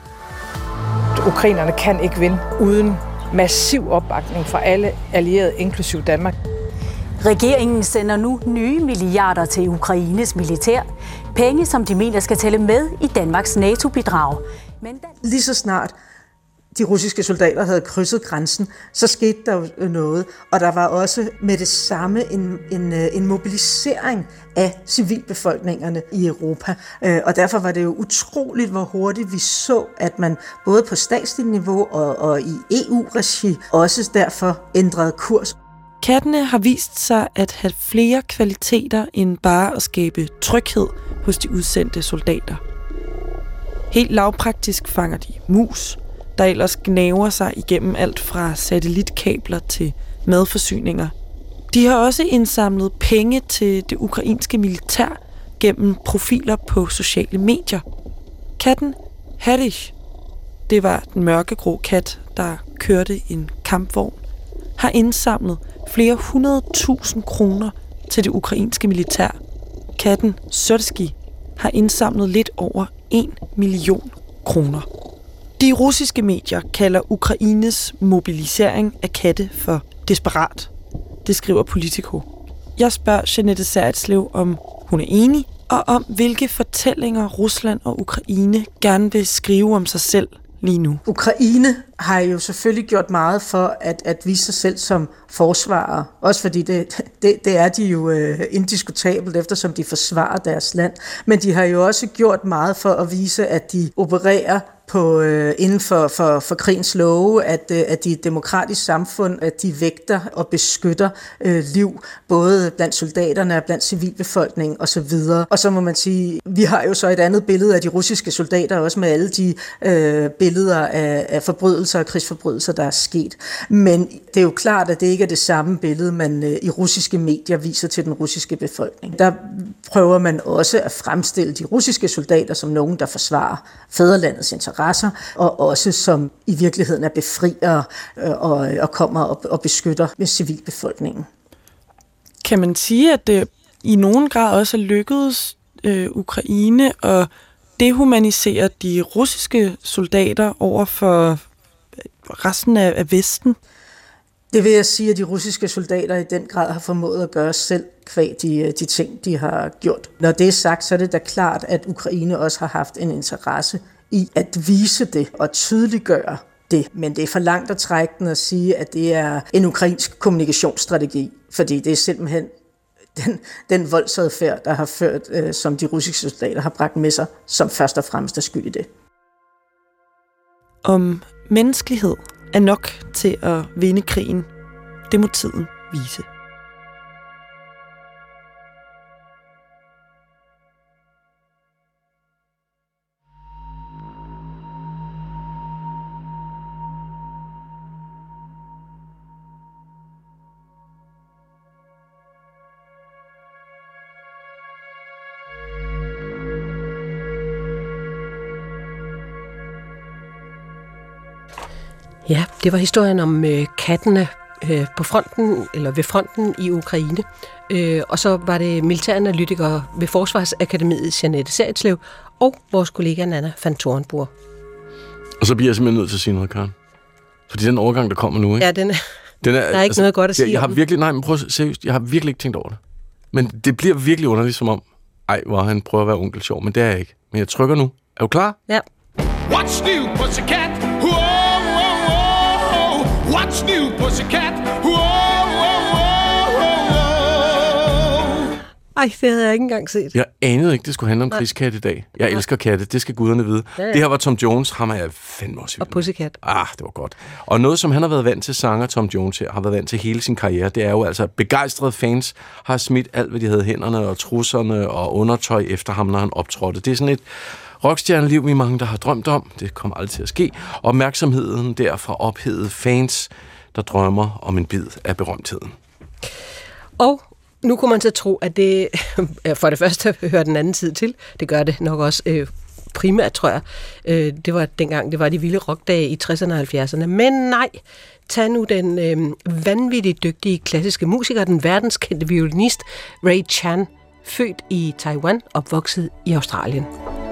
Ukrainerne kan ikke vinde uden massiv opbakning fra alle allierede, inklusiv Danmark. Regeringen sender nu nye milliarder til Ukraines militær. Penge, som de mener skal tælle med i Danmarks NATO-bidrag. Men den... Lige så snart de russiske soldater havde krydset grænsen, så skete der jo noget. Og der var også med det samme en, en, en mobilisering af civilbefolkningerne i Europa. Og derfor var det jo utroligt, hvor hurtigt vi så, at man både på statsligt niveau og, og i E U-regi også derfor ændrede kurs. Kattene har vist sig at have flere kvaliteter end bare at skabe tryghed hos de udsendte soldater. Helt lavpraktisk fanger de mus, der ellers gnaver sig igennem alt fra satellitkabler til madforsyninger. De har også indsamlet penge til det ukrainske militær gennem profiler på sociale medier. Katten Harish, det var den mørkegrå kat, der kørte en kampvogn, har indsamlet flere hundrede tusind kroner til det ukrainske militær. Katten Sotski har indsamlet lidt over en million kroner. De russiske medier kalder Ukraines mobilisering af katte for desperat. Det skriver Politico. Jeg spørger Jeanette Serritslev, om hun er enig, og om hvilke fortællinger Rusland og Ukraine gerne vil skrive om sig selv lige nu. Ukraine har jo selvfølgelig gjort meget for at, at vise sig selv som forsvarere. Også fordi det, det, det er de jo øh, indiskutabelt, eftersom de forsvarer deres land. Men de har jo også gjort meget for at vise, at de opererer på øh, inden for, for, for krigens love, at, øh, at de er et demokratisk samfund, at de vægter og beskytter øh, liv, både blandt soldaterne og blandt civilbefolkningen osv. Og så må man sige, vi har jo så et andet billede af de russiske soldater, også med alle de øh, billeder af, af forbrydelser og krigsforbrydelser, der er sket. Men det er jo klart, at det ikke er det samme billede, man øh, i russiske medier viser til den russiske befolkning. Der prøver man også at fremstille de russiske soldater som nogen, der forsvarer fædrelandets interesser, og også som i virkeligheden er befriere øh, og, og kommer og, og beskytter civilbefolkningen. Kan man sige, at det i nogen grad også er lykkedes øh, Ukraine at dehumanisere de russiske soldater over for resten af, af Vesten? Det vil jeg sige, at de russiske soldater i den grad har formået at gøre selv kvæg de, de ting, de har gjort. Når det er sagt, så er det da klart, at Ukraine også har haft en interesse i at vise det og tydeliggøre det. Men det er for langt at trække den og sige, at det er en ukrainsk kommunikationsstrategi, fordi det er simpelthen den, den voldsadfærd, der har ført, øh, som de russiske soldater har bragt med sig, som først og fremmest er skyld i det. Om menneskelighed er nok til at vinde krigen, det må tiden vise. Ja, det var historien om øh, kattene øh, på fronten, eller ved fronten i Ukraine. Øh, og så var det militæranalytikere ved Forsvarsakademiet, Jeanette Seritslev, og vores kollega Nanna van Torenburg. Og så bliver jeg simpelthen nødt til at sige noget, Karen. Fordi den overgang, der kommer nu, ikke? Ja, den er, den er, der er ikke altså, noget godt at sige jeg, jeg har virkelig, nej, men prøv seriøst, jeg har virkelig ikke tænkt over det. Men det bliver virkelig underligt, som om, ej, hvor han prøver at være onkel sjov, men det er jeg ikke. Men jeg trykker nu. Er du klar? Ja. What's new, pussycat? Whoa, whoa, whoa. What's new, pussycat? Whoa, whoa, whoa, whoa. Ej, det havde jeg ikke engang set. Jeg anede ikke, det skulle handle om krigskat i dag. Jeg Nej. elsker katte, det skal guderne vide. Ja, ja. Det her var Tom Jones, ham er jeg fandme også. Og Pussycat. Ah, det var godt. Og noget, som han har været vant til, sanger Tom Jones her, har været vant til hele sin karriere, det er jo altså, begejstrede fans har smidt alt, hvad de havde hænderne og trusserne og undertøj efter ham, når han optrådte. Det er sådan et rockstjerneliv, vi mange, der har drømt om. Det kommer aldrig til at ske. Opmærksomheden der fra ophedede fans, der drømmer om en bid af berømtheden. Og nu kunne man så tro, at det for det første hører den anden tid til. Det gør det nok også øh, primært, tror jeg. Øh, det var dengang, det var de vilde rockdage i tresserne og halvfjerdserne. Men nej, tag nu den øh, vanvittigt dygtige klassiske musiker, den verdenskendte violinist Ray Chan, født i Taiwan, opvokset i Australien.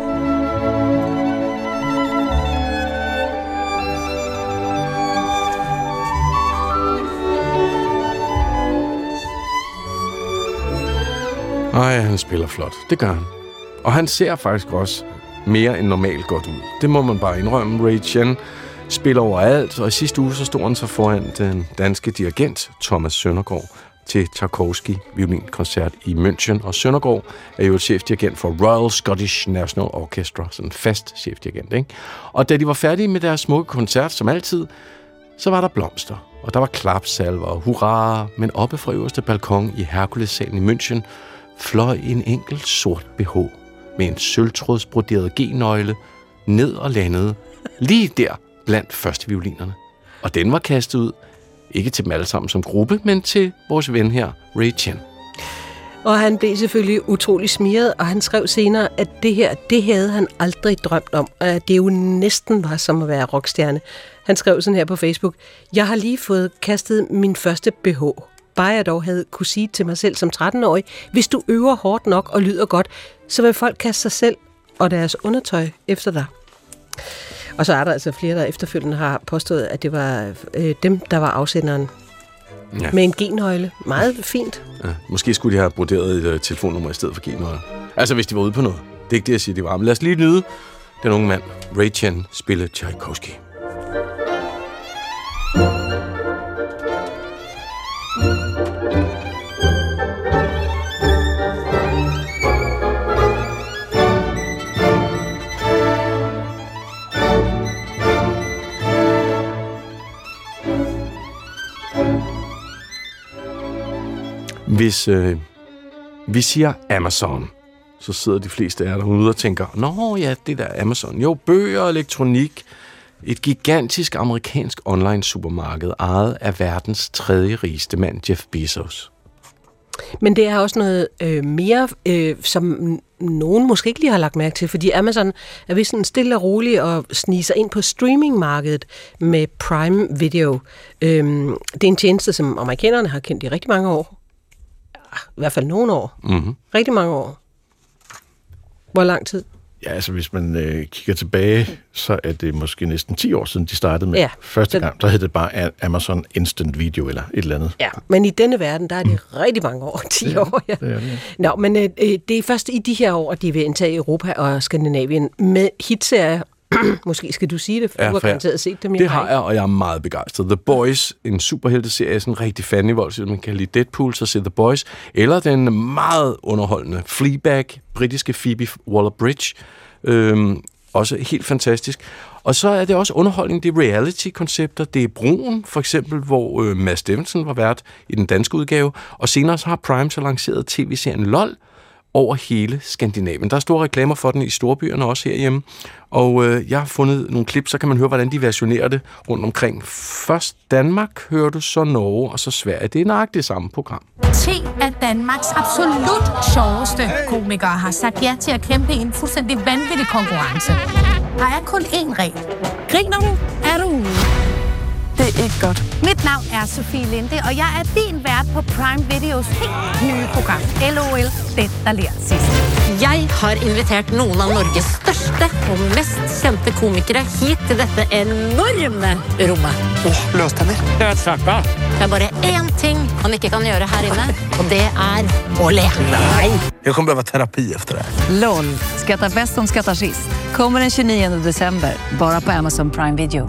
Ej, han spiller flot. Det gør han. Og han ser faktisk også mere end normalt godt ud. Det må man bare indrømme. Ray Chan spiller overalt, og i sidste uge så stod han så foran den danske dirigent Thomas Søndergaard til Tchaikovsky violinkoncert i München. Og Søndergaard er jo chefdirigent for Royal Scottish National Orchestra, sådan en fast chefdirigent, ikke? Og da de var færdige med deres smukke koncert, som altid, så var der blomster, og der var klapsalver og hurra, men oppe fra øverste balkon i Herkulessalen i München fløj en enkelt sort B H med en sølvtrådsbroderet G-nøgle ned og landede lige der blandt første violinerne. Og den var kastet ud, ikke til dem alle sammen som gruppe, men til vores ven her, Ray Chan. Og han blev selvfølgelig utrolig smiret, og han skrev senere, at det her, det havde han aldrig drømt om, og at det jo næsten var som at være rockstjerne. Han skrev sådan her på Facebook: Jeg har lige fået kastet min første B H. Bare jeg dog havde kunne sige til mig selv som tretten-årig, hvis du øver hårdt nok og lyder godt, så vil folk kaste sig selv og deres undertøj efter dig. Og så er der altså flere, der efterfølgende har påstået, at det var øh, dem, der var afsenderen. Ja. Med en G-nøgle. Meget fint. Ja, måske skulle de have broderet et uh, telefonnummer i stedet for G-nøgle. Altså, hvis de var ude på noget. Det er ikke det, jeg siger, de var. Men lad os lige nyde den unge mand, Ray Chan, spille Tchaikovsky. Hvis øh, vi siger Amazon, så sidder de fleste af jer derude og tænker, nå ja, det der Amazon. Jo, bøger, elektronik, et gigantisk amerikansk online supermarked, ejet af verdens tredje rigeste mand, Jeff Bezos. Men det er også noget øh, mere, øh, som nogen måske ikke lige har lagt mærke til, fordi Amazon er vist sådan stille og rolig og sniger sig ind på streamingmarkedet med Prime Video. Øhm, det er en tjeneste, som amerikanerne har kendt i rigtig mange år. I hvert fald nogle år. Mm-hmm. Rigtig mange år. Hvor lang tid? Ja, altså hvis man øh, kigger tilbage, så er det måske næsten ti år siden, de startede med ja, første gang. Så hed det bare Amazon Instant Video eller et eller andet. Ja, men i denne verden, der er det mm. rigtig mange år, ti ja, år. Ja. Det er det, ja. Nå, men øh, det er først i de her år, at de vil indtage Europa og Skandinavien med hitserier. Måske skal du sige det, for ja, du har garanteret set dem. Det har jeg, og jeg er meget begejstret. The Boys, en superhelteserie, sådan en rigtig fandenivold, så man kan lide Deadpool, så se The Boys. Eller den meget underholdende Fleabag, britiske Phoebe Waller-Bridge. Øhm, også helt fantastisk. Og så er det også underholdning, det er reality-koncepter. Det er Broen, for eksempel, hvor øh, Mads Steffensen var vært i den danske udgave. Og senere så har Prime så lanceret tv-serien LOL over hele Skandinavien. Der er store reklamer for den i storbyerne også herhjemme. Og øh, jeg har fundet nogle klip, så kan man høre, hvordan de versionerer det rundt omkring. Først Danmark, hører du så Norge, og så Sverige. Det er nøjagtigt det samme program. ti af Danmarks absolut sjoveste komikere har sagt ja til at kæmpe i en fuldstændig vanvittig konkurrence. Der er kun én regel. Griner du? Er du ude? Det er ikke godt. Mit navn er Sofie Linde, og jeg er din vært på Prime Videos helt nye program. L O L, den der lærer sidst. Jeg har inviteret nogle af Norges største og mest kendte komikere hit til dette enorme rummet. Åh, oh, løs deg ned. Det er bare én ting han ikke kan gøre herinde, og det er å le. Nej, jag kommer behöva terapi efter det. LOL, skrattar bäst som skrattar sist. Kommer den tjugonionde december, bara på Amazon Prime Video.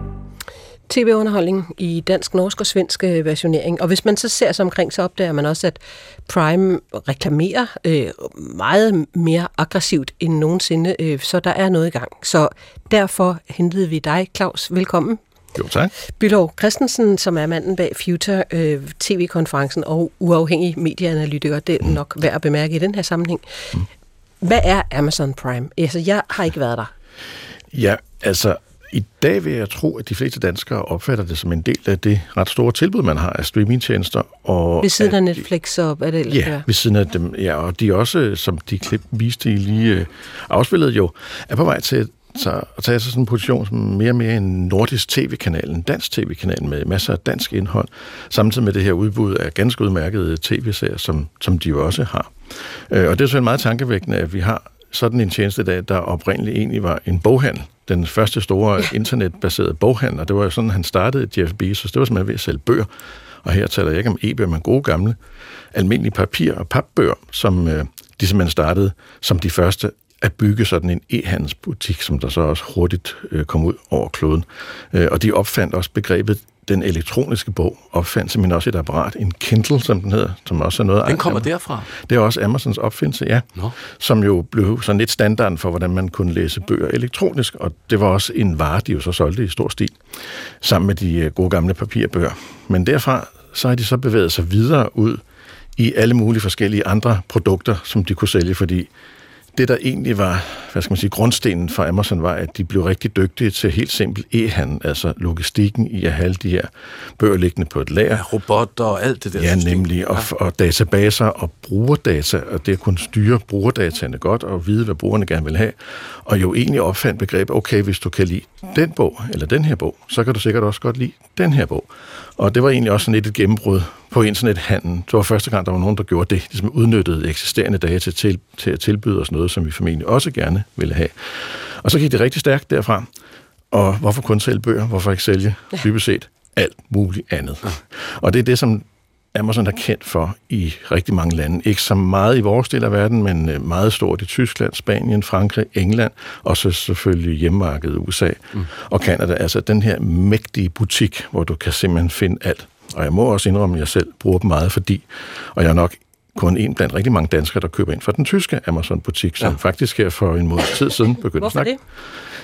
T V-underholdning i dansk, norsk og svensk versionering. Og hvis man så ser sig omkring, så opdager man også, at Prime reklamerer øh, meget mere aggressivt end nogensinde, øh, så der er noget i gang. Så derfor hentede vi dig, Claus. Velkommen. Jo, tak. Bülow Christensen, som er manden bag Future øh, T V-konferencen og uafhængig medieanalytiker. Det er nok værd at bemærke i den her sammenhæng. Mm. Hvad er Amazon Prime? Altså, jeg har ikke været der. Ja, altså... I dag vil jeg tro, at de fleste danskere opfatter det som en del af det ret store tilbud, man har af streamingtjenester. Og ved siden af Netflix og hvad det ellers ja, er. ved siden af dem. Ja, og de også, som de klip viste, I lige øh, afspillede jo, er på vej til at, at tage sig sådan en position som mere og mere en nordisk tv-kanal, en dansk tv-kanal med masser af dansk indhold, samtidig med det her udbud af ganske udmærkede tv-serier, som, som de jo også har. Øh, og det er så meget tankevækkende, at vi har sådan en tjeneste i dag, der oprindeligt egentlig var en boghandel. Den første store internetbaserede boghandel, og det var jo sådan, han startede Jeff Bezos. Det var simpelthen ved at sælge bøger. Og her taler jeg ikke om e-bøger, men gode gamle, almindelige papir- og papbøger, som øh, de simpelthen startede som de første at bygge sådan en e-handelsbutik, som der så også hurtigt øh, kom ud over kloden. Øh, og de opfandt også begrebet den elektroniske bog, opfandt simpelthen også et apparat, en Kindle, som den hedder, som også er noget... Den kommer derfra? Det er også Amazons opfindelse, ja. Nå. Som jo blev sådan lidt standarden for, hvordan man kunne læse bøger elektronisk, og det var også en vare, de jo så solgte i stor stil, sammen med de gode gamle papirbøger. Men derfra, så har de så bevæget sig videre ud i alle mulige forskellige andre produkter, som de kunne sælge, fordi det, der egentlig var, hvad skal man sige, grundstenen for Amazon, var, at de blev rigtig dygtige til helt simpelt e-handel, altså logistikken i at have de her bøger liggende på et lager. Ja, robotter og alt det der. Ja, nemlig, og, ja. og databaser og brugerdata, og det at kunne styre brugerdataene godt, og vide, hvad brugerne gerne vil have, og jo egentlig opfandt begrebet, okay, hvis du kan lide den bog, eller den her bog, så kan du sikkert også godt lide den her bog. Og det var egentlig også sådan lidt et gennembrud på internethandlen. Det var første gang, der var nogen, der gjorde det, ligesom udnyttede eksisterende data til, til at tilbyde os noget, som vi formentlig også gerne ville have. Og så gik det rigtig stærkt derfra. Og hvorfor kun sælge bøger? Hvorfor ikke sælge dybest set alt muligt andet? Og det er det, som Amazon er kendt for i rigtig mange lande. Ikke så meget i vores del af verden, men meget stort i Tyskland, Spanien, Frankrig, England, og så selvfølgelig hjemmemarkedet U S A mm. og Canada. Altså den her mægtige butik, hvor du kan simpelthen finde alt. Og jeg må også indrømme, at jeg selv bruger dem meget, fordi, og jeg er nok kun en blandt rigtig mange danskere, der køber ind for den tyske Amazon-butik, som ja. faktisk her for en måneds tid siden begyndte at snakke.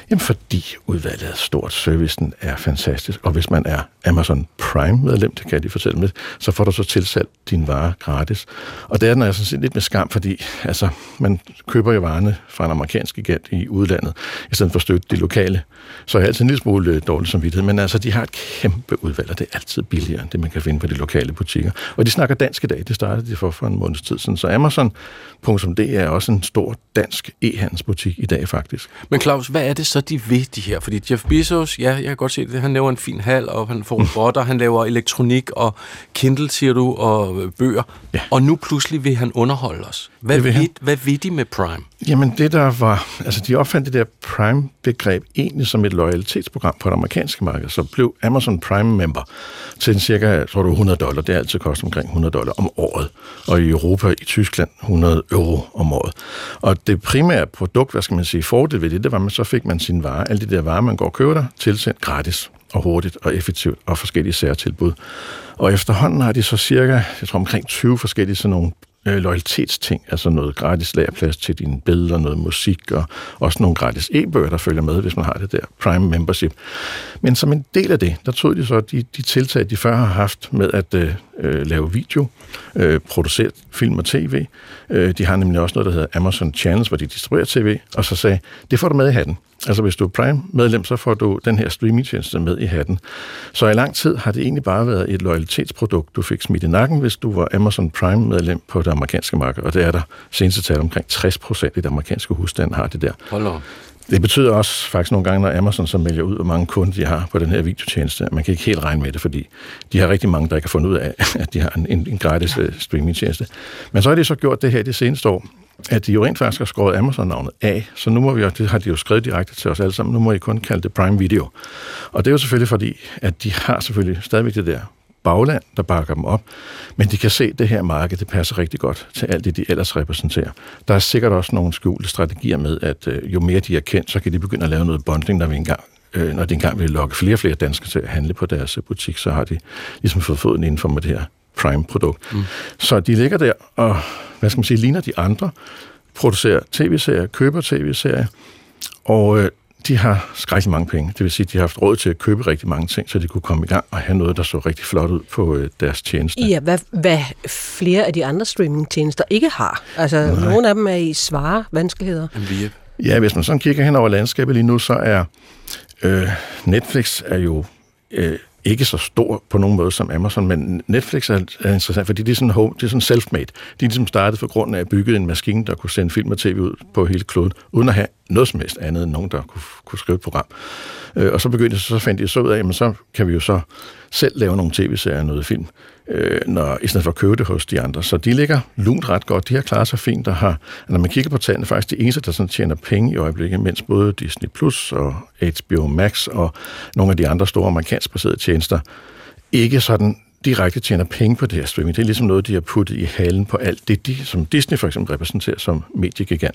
Jamen, fordi udvalget er stort, servicen er fantastisk, og hvis man er Amazon Prime-medlem, det kan de fortælle med, så får du så tilsat din vare gratis. Og det er den altså sådan lidt med skam, fordi altså, man køber jo varerne fra en amerikansk gigant i udlandet, i stedet for at støtte de lokale. Så er jeg altid en lille smule dårlig samvittighed, men altså, de har et kæmpe udvalg, og det er altid billigere end det, man kan finde på de lokale butikker. Og de snakker dansk i dag, det startede de for for en måneds tid siden, så Amazon punktum d er også en stor dansk e-handelsbutik i dag, faktisk. Men Claus, hvad er det så, de ved, de her? Fordi Jeff Bezos, ja, jeg kan godt se det, han laver en fin hal, og han får robotter, han laver elektronik og Kindle, siger du, og bøger. Ja. Og nu pludselig vil han underholde os. Hvad ved, hvad ved de med Prime? Jamen det der var, altså de opfandt det der Prime-begreb egentlig som et loyalitetsprogram på det amerikanske marked, så blev Amazon Prime-member til en cirka, tror du, hundrede dollar. Det er altid koster omkring hundrede dollar om året. Og i Europa, i Tyskland, hundrede euro om året. Og det primære produkt, hvad skal man sige, fordel ved det, det var, at så fik man sine varer, alle de der varer, man går og køber der, tilsendt gratis og hurtigt og effektivt og forskellige særtilbud. Og efterhånden har de så cirka, jeg tror omkring tyve forskellige sådan nogle øh, loyalitetsting, altså noget gratis lagerplads til dine billeder, noget musik og også nogle gratis e-bøger, der følger med, hvis man har det der Prime Membership. Men som en del af det, der tog de så de, de tiltag, de før har haft med at øh, lave video, øh, producere film og tv. Øh, de har nemlig også noget, der hedder Amazon Channels, hvor de distribuerer tv, og så sagde, det får du med i hatten. Altså hvis du er Prime-medlem, så får du den her streamingtjeneste med i hatten. Så i lang tid har det egentlig bare været et loyalitetsprodukt, du fik smidt i nakken, hvis du var Amazon Prime-medlem på det amerikanske marked. Og det er der seneste tal omkring tres procent i det amerikanske husstand har det der. Hold on. Det betyder også faktisk nogle gange, når Amazon så melder ud, hvor mange kunder de har på den her videotjeneste, at man kan ikke helt regne med det, fordi de har rigtig mange, der ikke har fundet ud af, at de har en, en, en gratis uh, streamingtjeneste. Men så har de så gjort det her det seneste år, at de jo rent faktisk har skåret Amazon-navnet af, så nu må vi, og det har de jo skrevet direkte til os alle sammen, nu må I kun kalde det Prime Video. Og det er jo selvfølgelig fordi, at de har selvfølgelig stadigvæk det der bagland, der bakker dem op, men de kan se, at det her marked, det passer rigtig godt til alt det, de ellers repræsenterer. Der er sikkert også nogle skjulte strategier med, at øh, jo mere de er kendt, så kan de begynde at lave noget bundling, når vi engang øh, når de engang vil lokke flere og flere danskere til at handle på deres butik, så har de ligesom fået foden inden for med det her Prime-produkt. Mm. Så de ligger der og, hvad skal man sige, ligner de andre, producerer tv-serier, køber tv-serier, og øh, de har skrækkeligt mange penge. Det vil sige, at de har haft råd til at købe rigtig mange ting, så de kunne komme i gang og have noget, der så rigtig flot ud på øh, deres tjeneste. Ja, hvad, hvad flere af de andre streamingtjenester ikke har. Altså, Nej. nogle af dem er i svare vanskeligheder. Ja, hvis man sådan kigger hen over landskabet lige nu, så er øh, Netflix er jo øh, ikke så stor på nogen måde som Amazon, men Netflix er, er interessant, fordi det er sådan, home, det er sådan self-made. De er ligesom startet for grund af at bygge en maskine, der kunne sende film og tv ud på hele kloden, uden at have noget som helst andet end nogen, der kunne, kunne skrive et program. Øh, og så begyndte de, så fandt de så ud af, at så kan vi jo så selv lave nogle tv-serier og noget film, øh, når, i stedet for at købe det hos de andre. Så de ligger lunt ret godt. De har klaret sig fint, der har, når man kigger på tallene, faktisk de eneste, der sådan tjener penge i øjeblikket, mens både Disney Plus og H B O Max og nogle af de andre store amerikansk baserede tjenester ikke sådan direkte tjener penge på det her streaming. Det er ligesom noget, de har puttet i halen på alt det, de, som Disney for eksempel repræsenterer som mediegigant.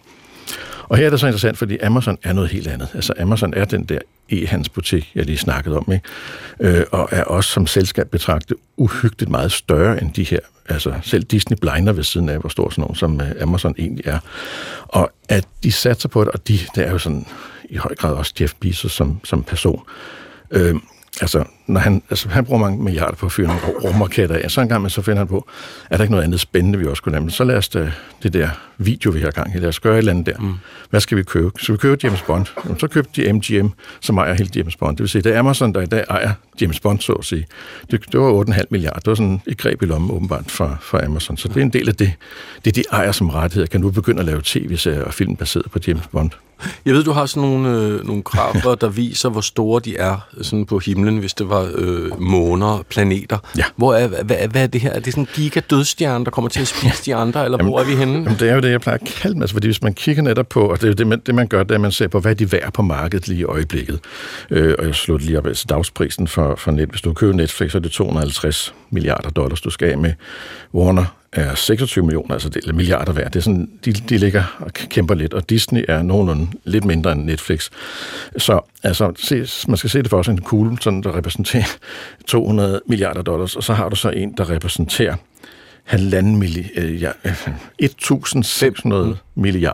Og her er det så interessant, fordi Amazon er noget helt andet. Altså Amazon er den der e-handelsbutik, jeg lige snakkede om, ikke? Øh, og er også som selskab betragtet uhyggeligt meget større end de her. Altså selv Disney blinder ved siden af, hvor stor sådan nogen som Amazon egentlig er. Og at de satser på det, og de, det er jo sådan i høj grad også Jeff Bezos som, som person. Øh, Altså, når han, altså, han bruger mange milliarder på at fyre nogle rumraketter af, så en gang, men så finder han på, er der ikke noget andet spændende, vi også kunne lave? Så lad os da, det der video, vi har gang i, lad os gøre et eller andet der. Mm. Hvad skal vi købe? Skal vi købe James Bond? Jamen, så købte de M G M, som ejer hele James Bond. Det vil sige, det er Amazon, der i dag ejer James Bond, så at sige. Det, det var otte komma fem milliarder. Det var sådan et greb i lommen, åbenbart, for, for Amazon. Så det er en del af det. Det, de ejer som rettigheder, kan nu begynde at lave tv-serier og film baseret på James Bond. Jeg ved, du har sådan nogle, øh, nogle grafer, der viser, hvor store de er sådan på himlen, hvis det var øh, måner, planeter. Ja. Hvor er, hvad, hvad er det her? Er det sådan en giga-dødstjerne, der kommer til at spise de andre, eller jamen, hvor er vi henne? Jamen, det er jo det, jeg plejer at kalde dem. Altså, fordi hvis man kigger netop på, og det er jo det, man, det, man gør, det er, at man ser på, hvad er de værd på markedet lige i øjeblikket. Øh, og jeg slår lige op, altså dagsprisen for, for net. Hvis du køber Netflix, så er det to hundrede og halvtreds milliarder dollars, du skal af med. Warner er seksogtyve millioner, altså det er milliarder værd. Det er sådan, de, de ligger og kæmper lidt, og Disney er nogenlunde lidt mindre end Netflix. Så altså, se, man skal se det for også en kugle, sådan, der repræsenterer to hundrede milliarder dollars, og så har du så en, der repræsenterer halvanden milli, øh, ja, et tusind seks hundrede milliarder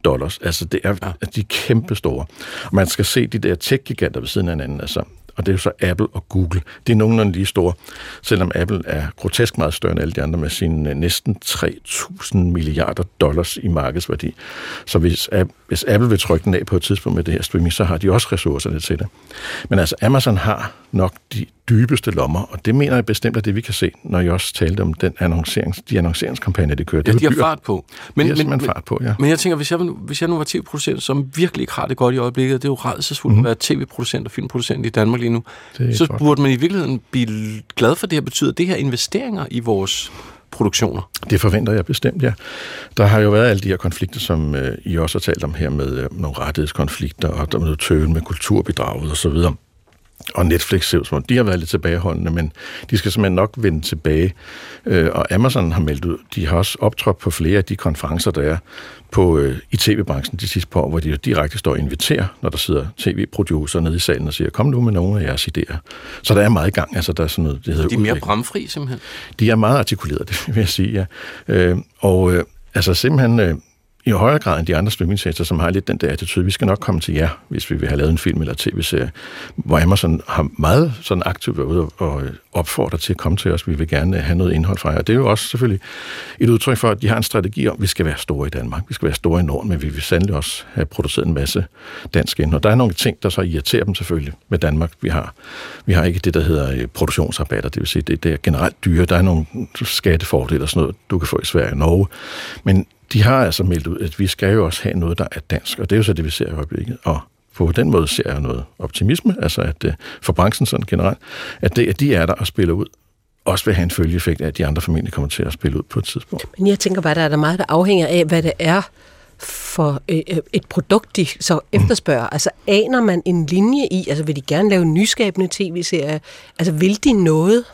dollars. Altså, det er, ja. de er kæmpe store. Og man skal se de der tech-giganter ved siden af hinanden, altså. Og det er jo så Apple og Google. Det er nogenlunde lige store, selvom Apple er grotesk meget større end alle de andre med sine næsten tre tusind milliarder dollars i markedsværdi. Så hvis, hvis Apple vil trykke den af på et tidspunkt med det her streaming, så har de også ressourcerne til det. Men altså, Amazon har nok de dybeste lommer, og det mener jeg bestemt, at det vi kan se, når jeg også talte om den annoncerings, de annonceringskampagner, de kører. Ja, det de har fart på. Men, de har men, fart på, ja. Men jeg tænker, hvis jeg, hvis jeg nu var tv-producent, som virkelig ikke har det godt i øjeblikket, det er jo rædselsfuldt mm-hmm. at være tv-producent og filmproducent i Danmark lige nu, så godt. Burde man i virkeligheden blive glad for det her. Betyder det her investeringer i vores produktioner? Det forventer jeg bestemt, ja. Der har jo været alle de her konflikter, som øh, I også har talt om her med øh, nogle rettighedskonflikter, og der er noget tøven med kulturbidraget og så videre. Og Netflix ser ud som, de har været lidt tilbageholdende, men de skal simpelthen nok vende tilbage. Øh, og Amazon har meldt ud, de har også optrådt på flere af de konferencer, der er på, øh, i tv-branchen de sidste par år, hvor de jo direkte står og inviterer, når der sidder tv-producer nede i salen og siger, kom nu med nogle af jeres idéer. Så der er meget i gang, altså der er sådan noget, det hedder de er mere bramfri simpelthen? De er meget artikuleret, det vil jeg sige, ja. Øh, og øh, altså simpelthen... Øh, i højere grad end de andre streamingtjenester, som har lidt den der attitude, vi skal nok komme til jer, hvis vi vil have lavet en film eller tv-serie, hvor Amazon har meget sådan aktivt været ude og opfordrer til at komme til os. Vi vil gerne have noget indhold fra jer. Og det er jo også selvfølgelig et udtryk for, at de har en strategi om, at vi skal være store i Danmark, vi skal være store i Norden, men vi vil sandelig også have produceret en masse dansk indhold. Der er nogle ting, der så irriterer dem selvfølgelig med Danmark. Vi har, vi har ikke det, der hedder produktionsrabatter, det vil sige, det, det er generelt dyre. Der er nogle skattefordele og sådan noget, du kan få i Sverige og Norge. Men de har altså meldt ud, at vi skal jo også have noget, der er dansk, og det er jo så det, vi ser i øjeblikket. Og på den måde ser jeg noget optimisme, altså at for branchen sådan generelt, at, det, at de er der og spiller ud, også vil have en følgeeffekt af, at de andre formentlig kommer til at spille ud på et tidspunkt. Men jeg tænker bare, der er der meget, der afhænger af, hvad det er for et produkt, de så efterspørger. Mm. Altså aner man en linje i, altså vil de gerne lave nyskabende tv-serier? Altså vil de noget?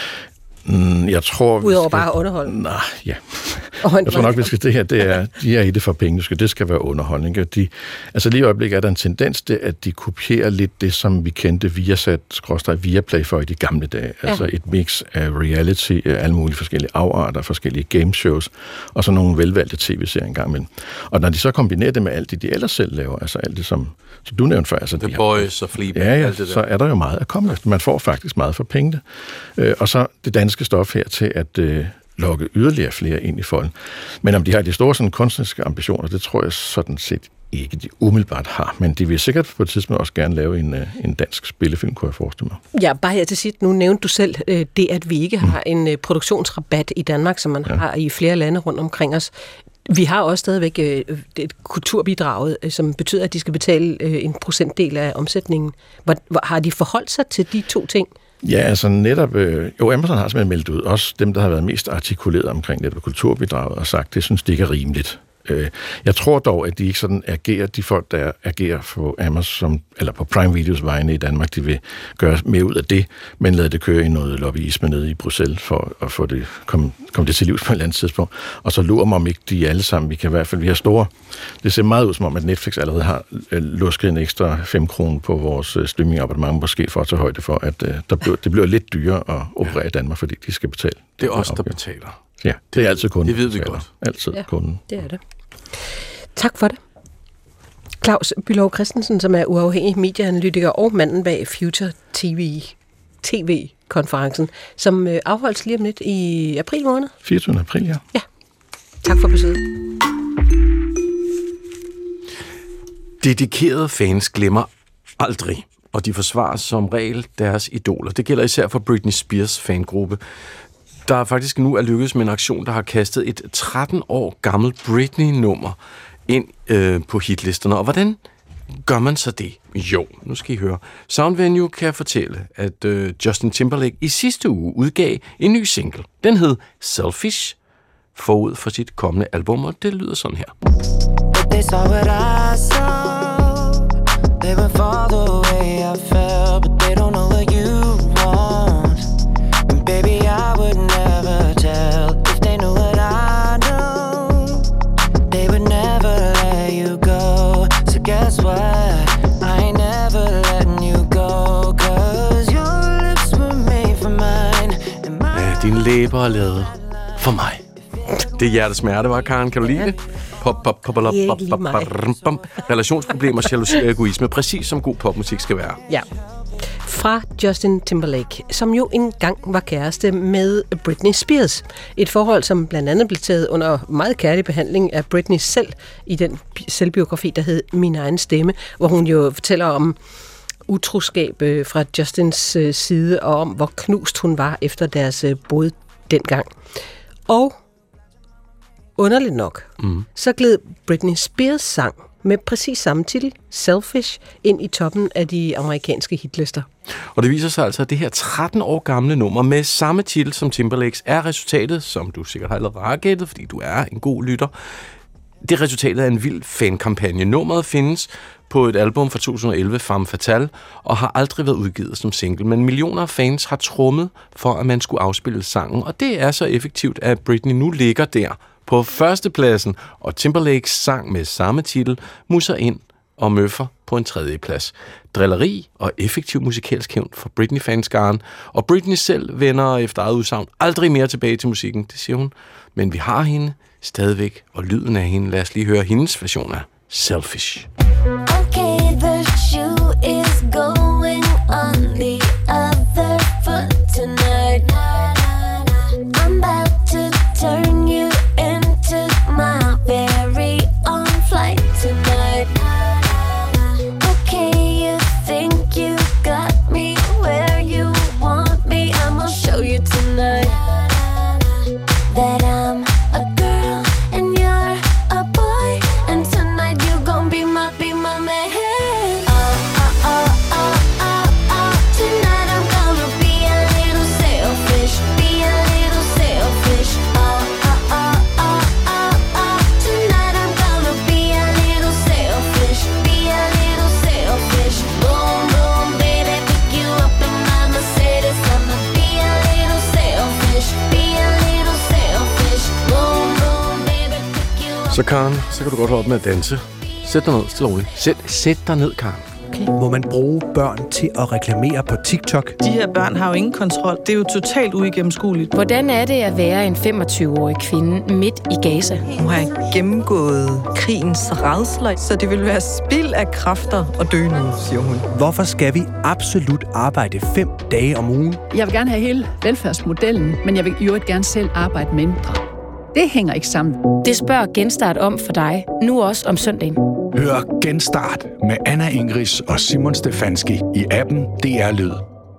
Mm, jeg tror... Udover bare at underholde? Nej, ja. Jeg tror nok, vi skal det her, det er, de er i det for penge, det skal være underholdning. De, altså lige i øjeblikket er der en tendens til, at de kopierer lidt det, som vi kendte Viasat, skråstreg Viaplay for i de gamle dage. Ja. Altså et mix af reality, alle mulige forskellige afarter, forskellige gameshows, og så nogle velvalgte tv-serier engang imellem. Og når de så kombinerer det med alt det, de ellers selv laver, altså alt det, som, som du nævnte før. Altså The Boys og Fleabag. Ja, ja, alt det der. Så er der jo meget at komme efter. Man får faktisk meget for pengene. Øh, og så det danske stof her til at... Øh, lokke yderligere flere ind i folden. Men om de har de store sådan, kunstneriske ambitioner, det tror jeg sådan set ikke, de umiddelbart har. Men de vil sikkert på et tidspunkt også gerne lave en, en dansk spillefilm, kunne jeg forestille mig. Ja, bare her til sidst. Nu nævnte du selv øh, det, at vi ikke har en øh, produktionsrabat i Danmark, som man ja. har i flere lande rundt omkring os. Vi har også stadigvæk øh, et kulturbidrag, øh, som betyder, at de skal betale øh, en procentdel af omsætningen. Hvor, hvor, har de forholdt sig til de to ting? Ja, altså netop, øh, jo, Amazon har simpelthen meldt ud, også dem, der har været mest artikuleret omkring netop kulturbidraget, og sagt, det synes de ikke er rimeligt. Øh, jeg tror dog, at de ikke sådan agerer, de folk, der agerer på Amazon, eller på Prime Videos vegne i Danmark, de vil gøre mere ud af det, men lade det køre i noget lobbyisme nede i Bruxelles, for at få det, komme, komme det til livs på et eller andet tidspunkt. Og så lurer mig om ikke de alle sammen, vi kan i hvert fald, vi har store, det ser meget ud som om, at Netflix allerede har lusket en ekstra fem kroner på vores streamingabonnement, måske for at tage højde for, at der bliver, det bliver lidt dyrere at operere i Danmark, fordi de skal betale. Det er os, der betaler. Ja, det er altid kunden. Det ved vi godt. Altid ja, kunden. det er det. Tak for det. Claus Bülow Christensen, som er uafhængig medieanalytiker og manden bag Future T V, T V-konferencen, som afholdes lige om lidt i april måned. fireogtyvende april, ja. Ja. Tak for besøget. Dedikerede fans glemmer aldrig, og de forsvarer som regel deres idoler. Det gælder især for Britney Spears fangruppe, der faktisk nu er lykkedes med en aktion, der har kastet et tretten år gammelt Britney-nummer ind øh, på hitlisterne. Og hvordan gør man så det? Jo, nu skal I høre. Soundvenue kan fortælle, at øh, Justin Timberlake i sidste uge udgav en ny single. Den hed Selfish, forud for sit kommende album, og det lyder sådan her. They saw what I saw. They went far the way I felt, but they don't know what you want. And baby, I would never tell if they knew what I know. They would never let you go. So guess what? I ain't never letting you go. Cause your lips were made for mine. And mine... Ja, dine læber er lavet for mig. Det er hjertesmerte, var, Karen? Kan du lide det? Pop, pop, pop, pop, pop, pop, pop, pop. Relationsproblemer, jalousi og egoisme. Præcis som god popmusik skal være. Ja. Fra Justin Timberlake, som jo engang var kæreste med Britney Spears. Et forhold, som blandt andet blev taget under meget kærlig behandling af Britney selv i den selvbiografi, der hed Min egen stemme, hvor hun jo fortæller om utroskab fra Justins side, og om hvor knust hun var efter deres brud dengang. Og underligt nok, mm. så gled Britney Spears sang med præcis samme titel, Selfish, ind i toppen af de amerikanske hitlister. Og det viser sig altså, at det her tretten år gamle nummer med samme titel som Timberlakes er resultatet, som du sikkert har allerede gættet, fordi du er en god lytter. Det er resultatet af en vild fankampagne. Nummeret findes på et album fra to tusind og elleve, Femme Fatale, og har aldrig været udgivet som single, men millioner af fans har trommet for, at man skulle afspille sangen, og det er så effektivt, at Britney nu ligger der på førstepladsen, og Timberlakes sang med samme titel musser ind og møffer på en tredje plads. Drilleri og effektiv musikalsk hævn for Britney-fanskaren, og Britney selv vender efter eget udsagn aldrig mere tilbage til musikken, det siger hun. Men vi har hende stadigvæk, og lyden af hende, lad os lige høre hendes version af Selfish. Okay, the shoe is going on the other foot tonight. I'm about to turn you into my very own flight tonight. Okay, you think you got me where you want me. I'm gonna show you tonight that I'm a girl and you're a boy, and tonight you gon' be my, be my man. Oh, oh, oh, oh, oh, oh. Tonight I'm gonna be a little selfish, be a little selfish. Oh, oh, oh, oh, oh, oh. Tonight I'm gonna be a little selfish, be a little selfish. Boom, boom, baby, pick you up in my Mercedes. I'ma be a little selfish, be a little selfish. Boom, boom, baby, pick you up. Så Karen, så kan du godt holde op med at danse. Sæt dig ned, stille og roligt. Sæt, sæt dig ned, Karen. Okay. Må man bruge børn til at reklamere på TikTok? De her børn har jo ingen kontrol. Det er jo totalt uigennemskueligt. Hvordan er det at være en femogtyve-årig kvinde midt i Gaza? Nu har jeg gennemgået krigens rædsler, så det vil være spild af kræfter at dø nu, siger hun. Hvorfor skal vi absolut arbejde fem dage om ugen? Jeg vil gerne have hele velfærdsmodellen, men jeg vil jo ikke gerne selv arbejde mindre. Det hænger ikke sammen. Det spørger Genstart om for dig, nu også om søndagen. Hør Genstart med Anna Ingris og Simon Stefanski i appen D R Lyd.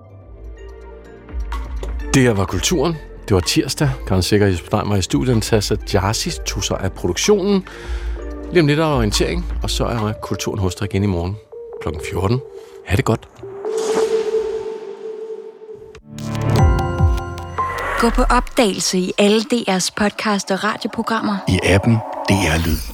Det her var Kulturen. Det var tirsdag. Karen Secher Jesper Stein var i studiet. Tassa Jarsis tog sig af produktionen. Lige om lidt er orientering, og så er Kulturen hos dig igen i morgen klokken fjorten. Ha' det godt. Gå på opdagelse i alle D R's podcast og radioprogrammer. I appen D R Lyd.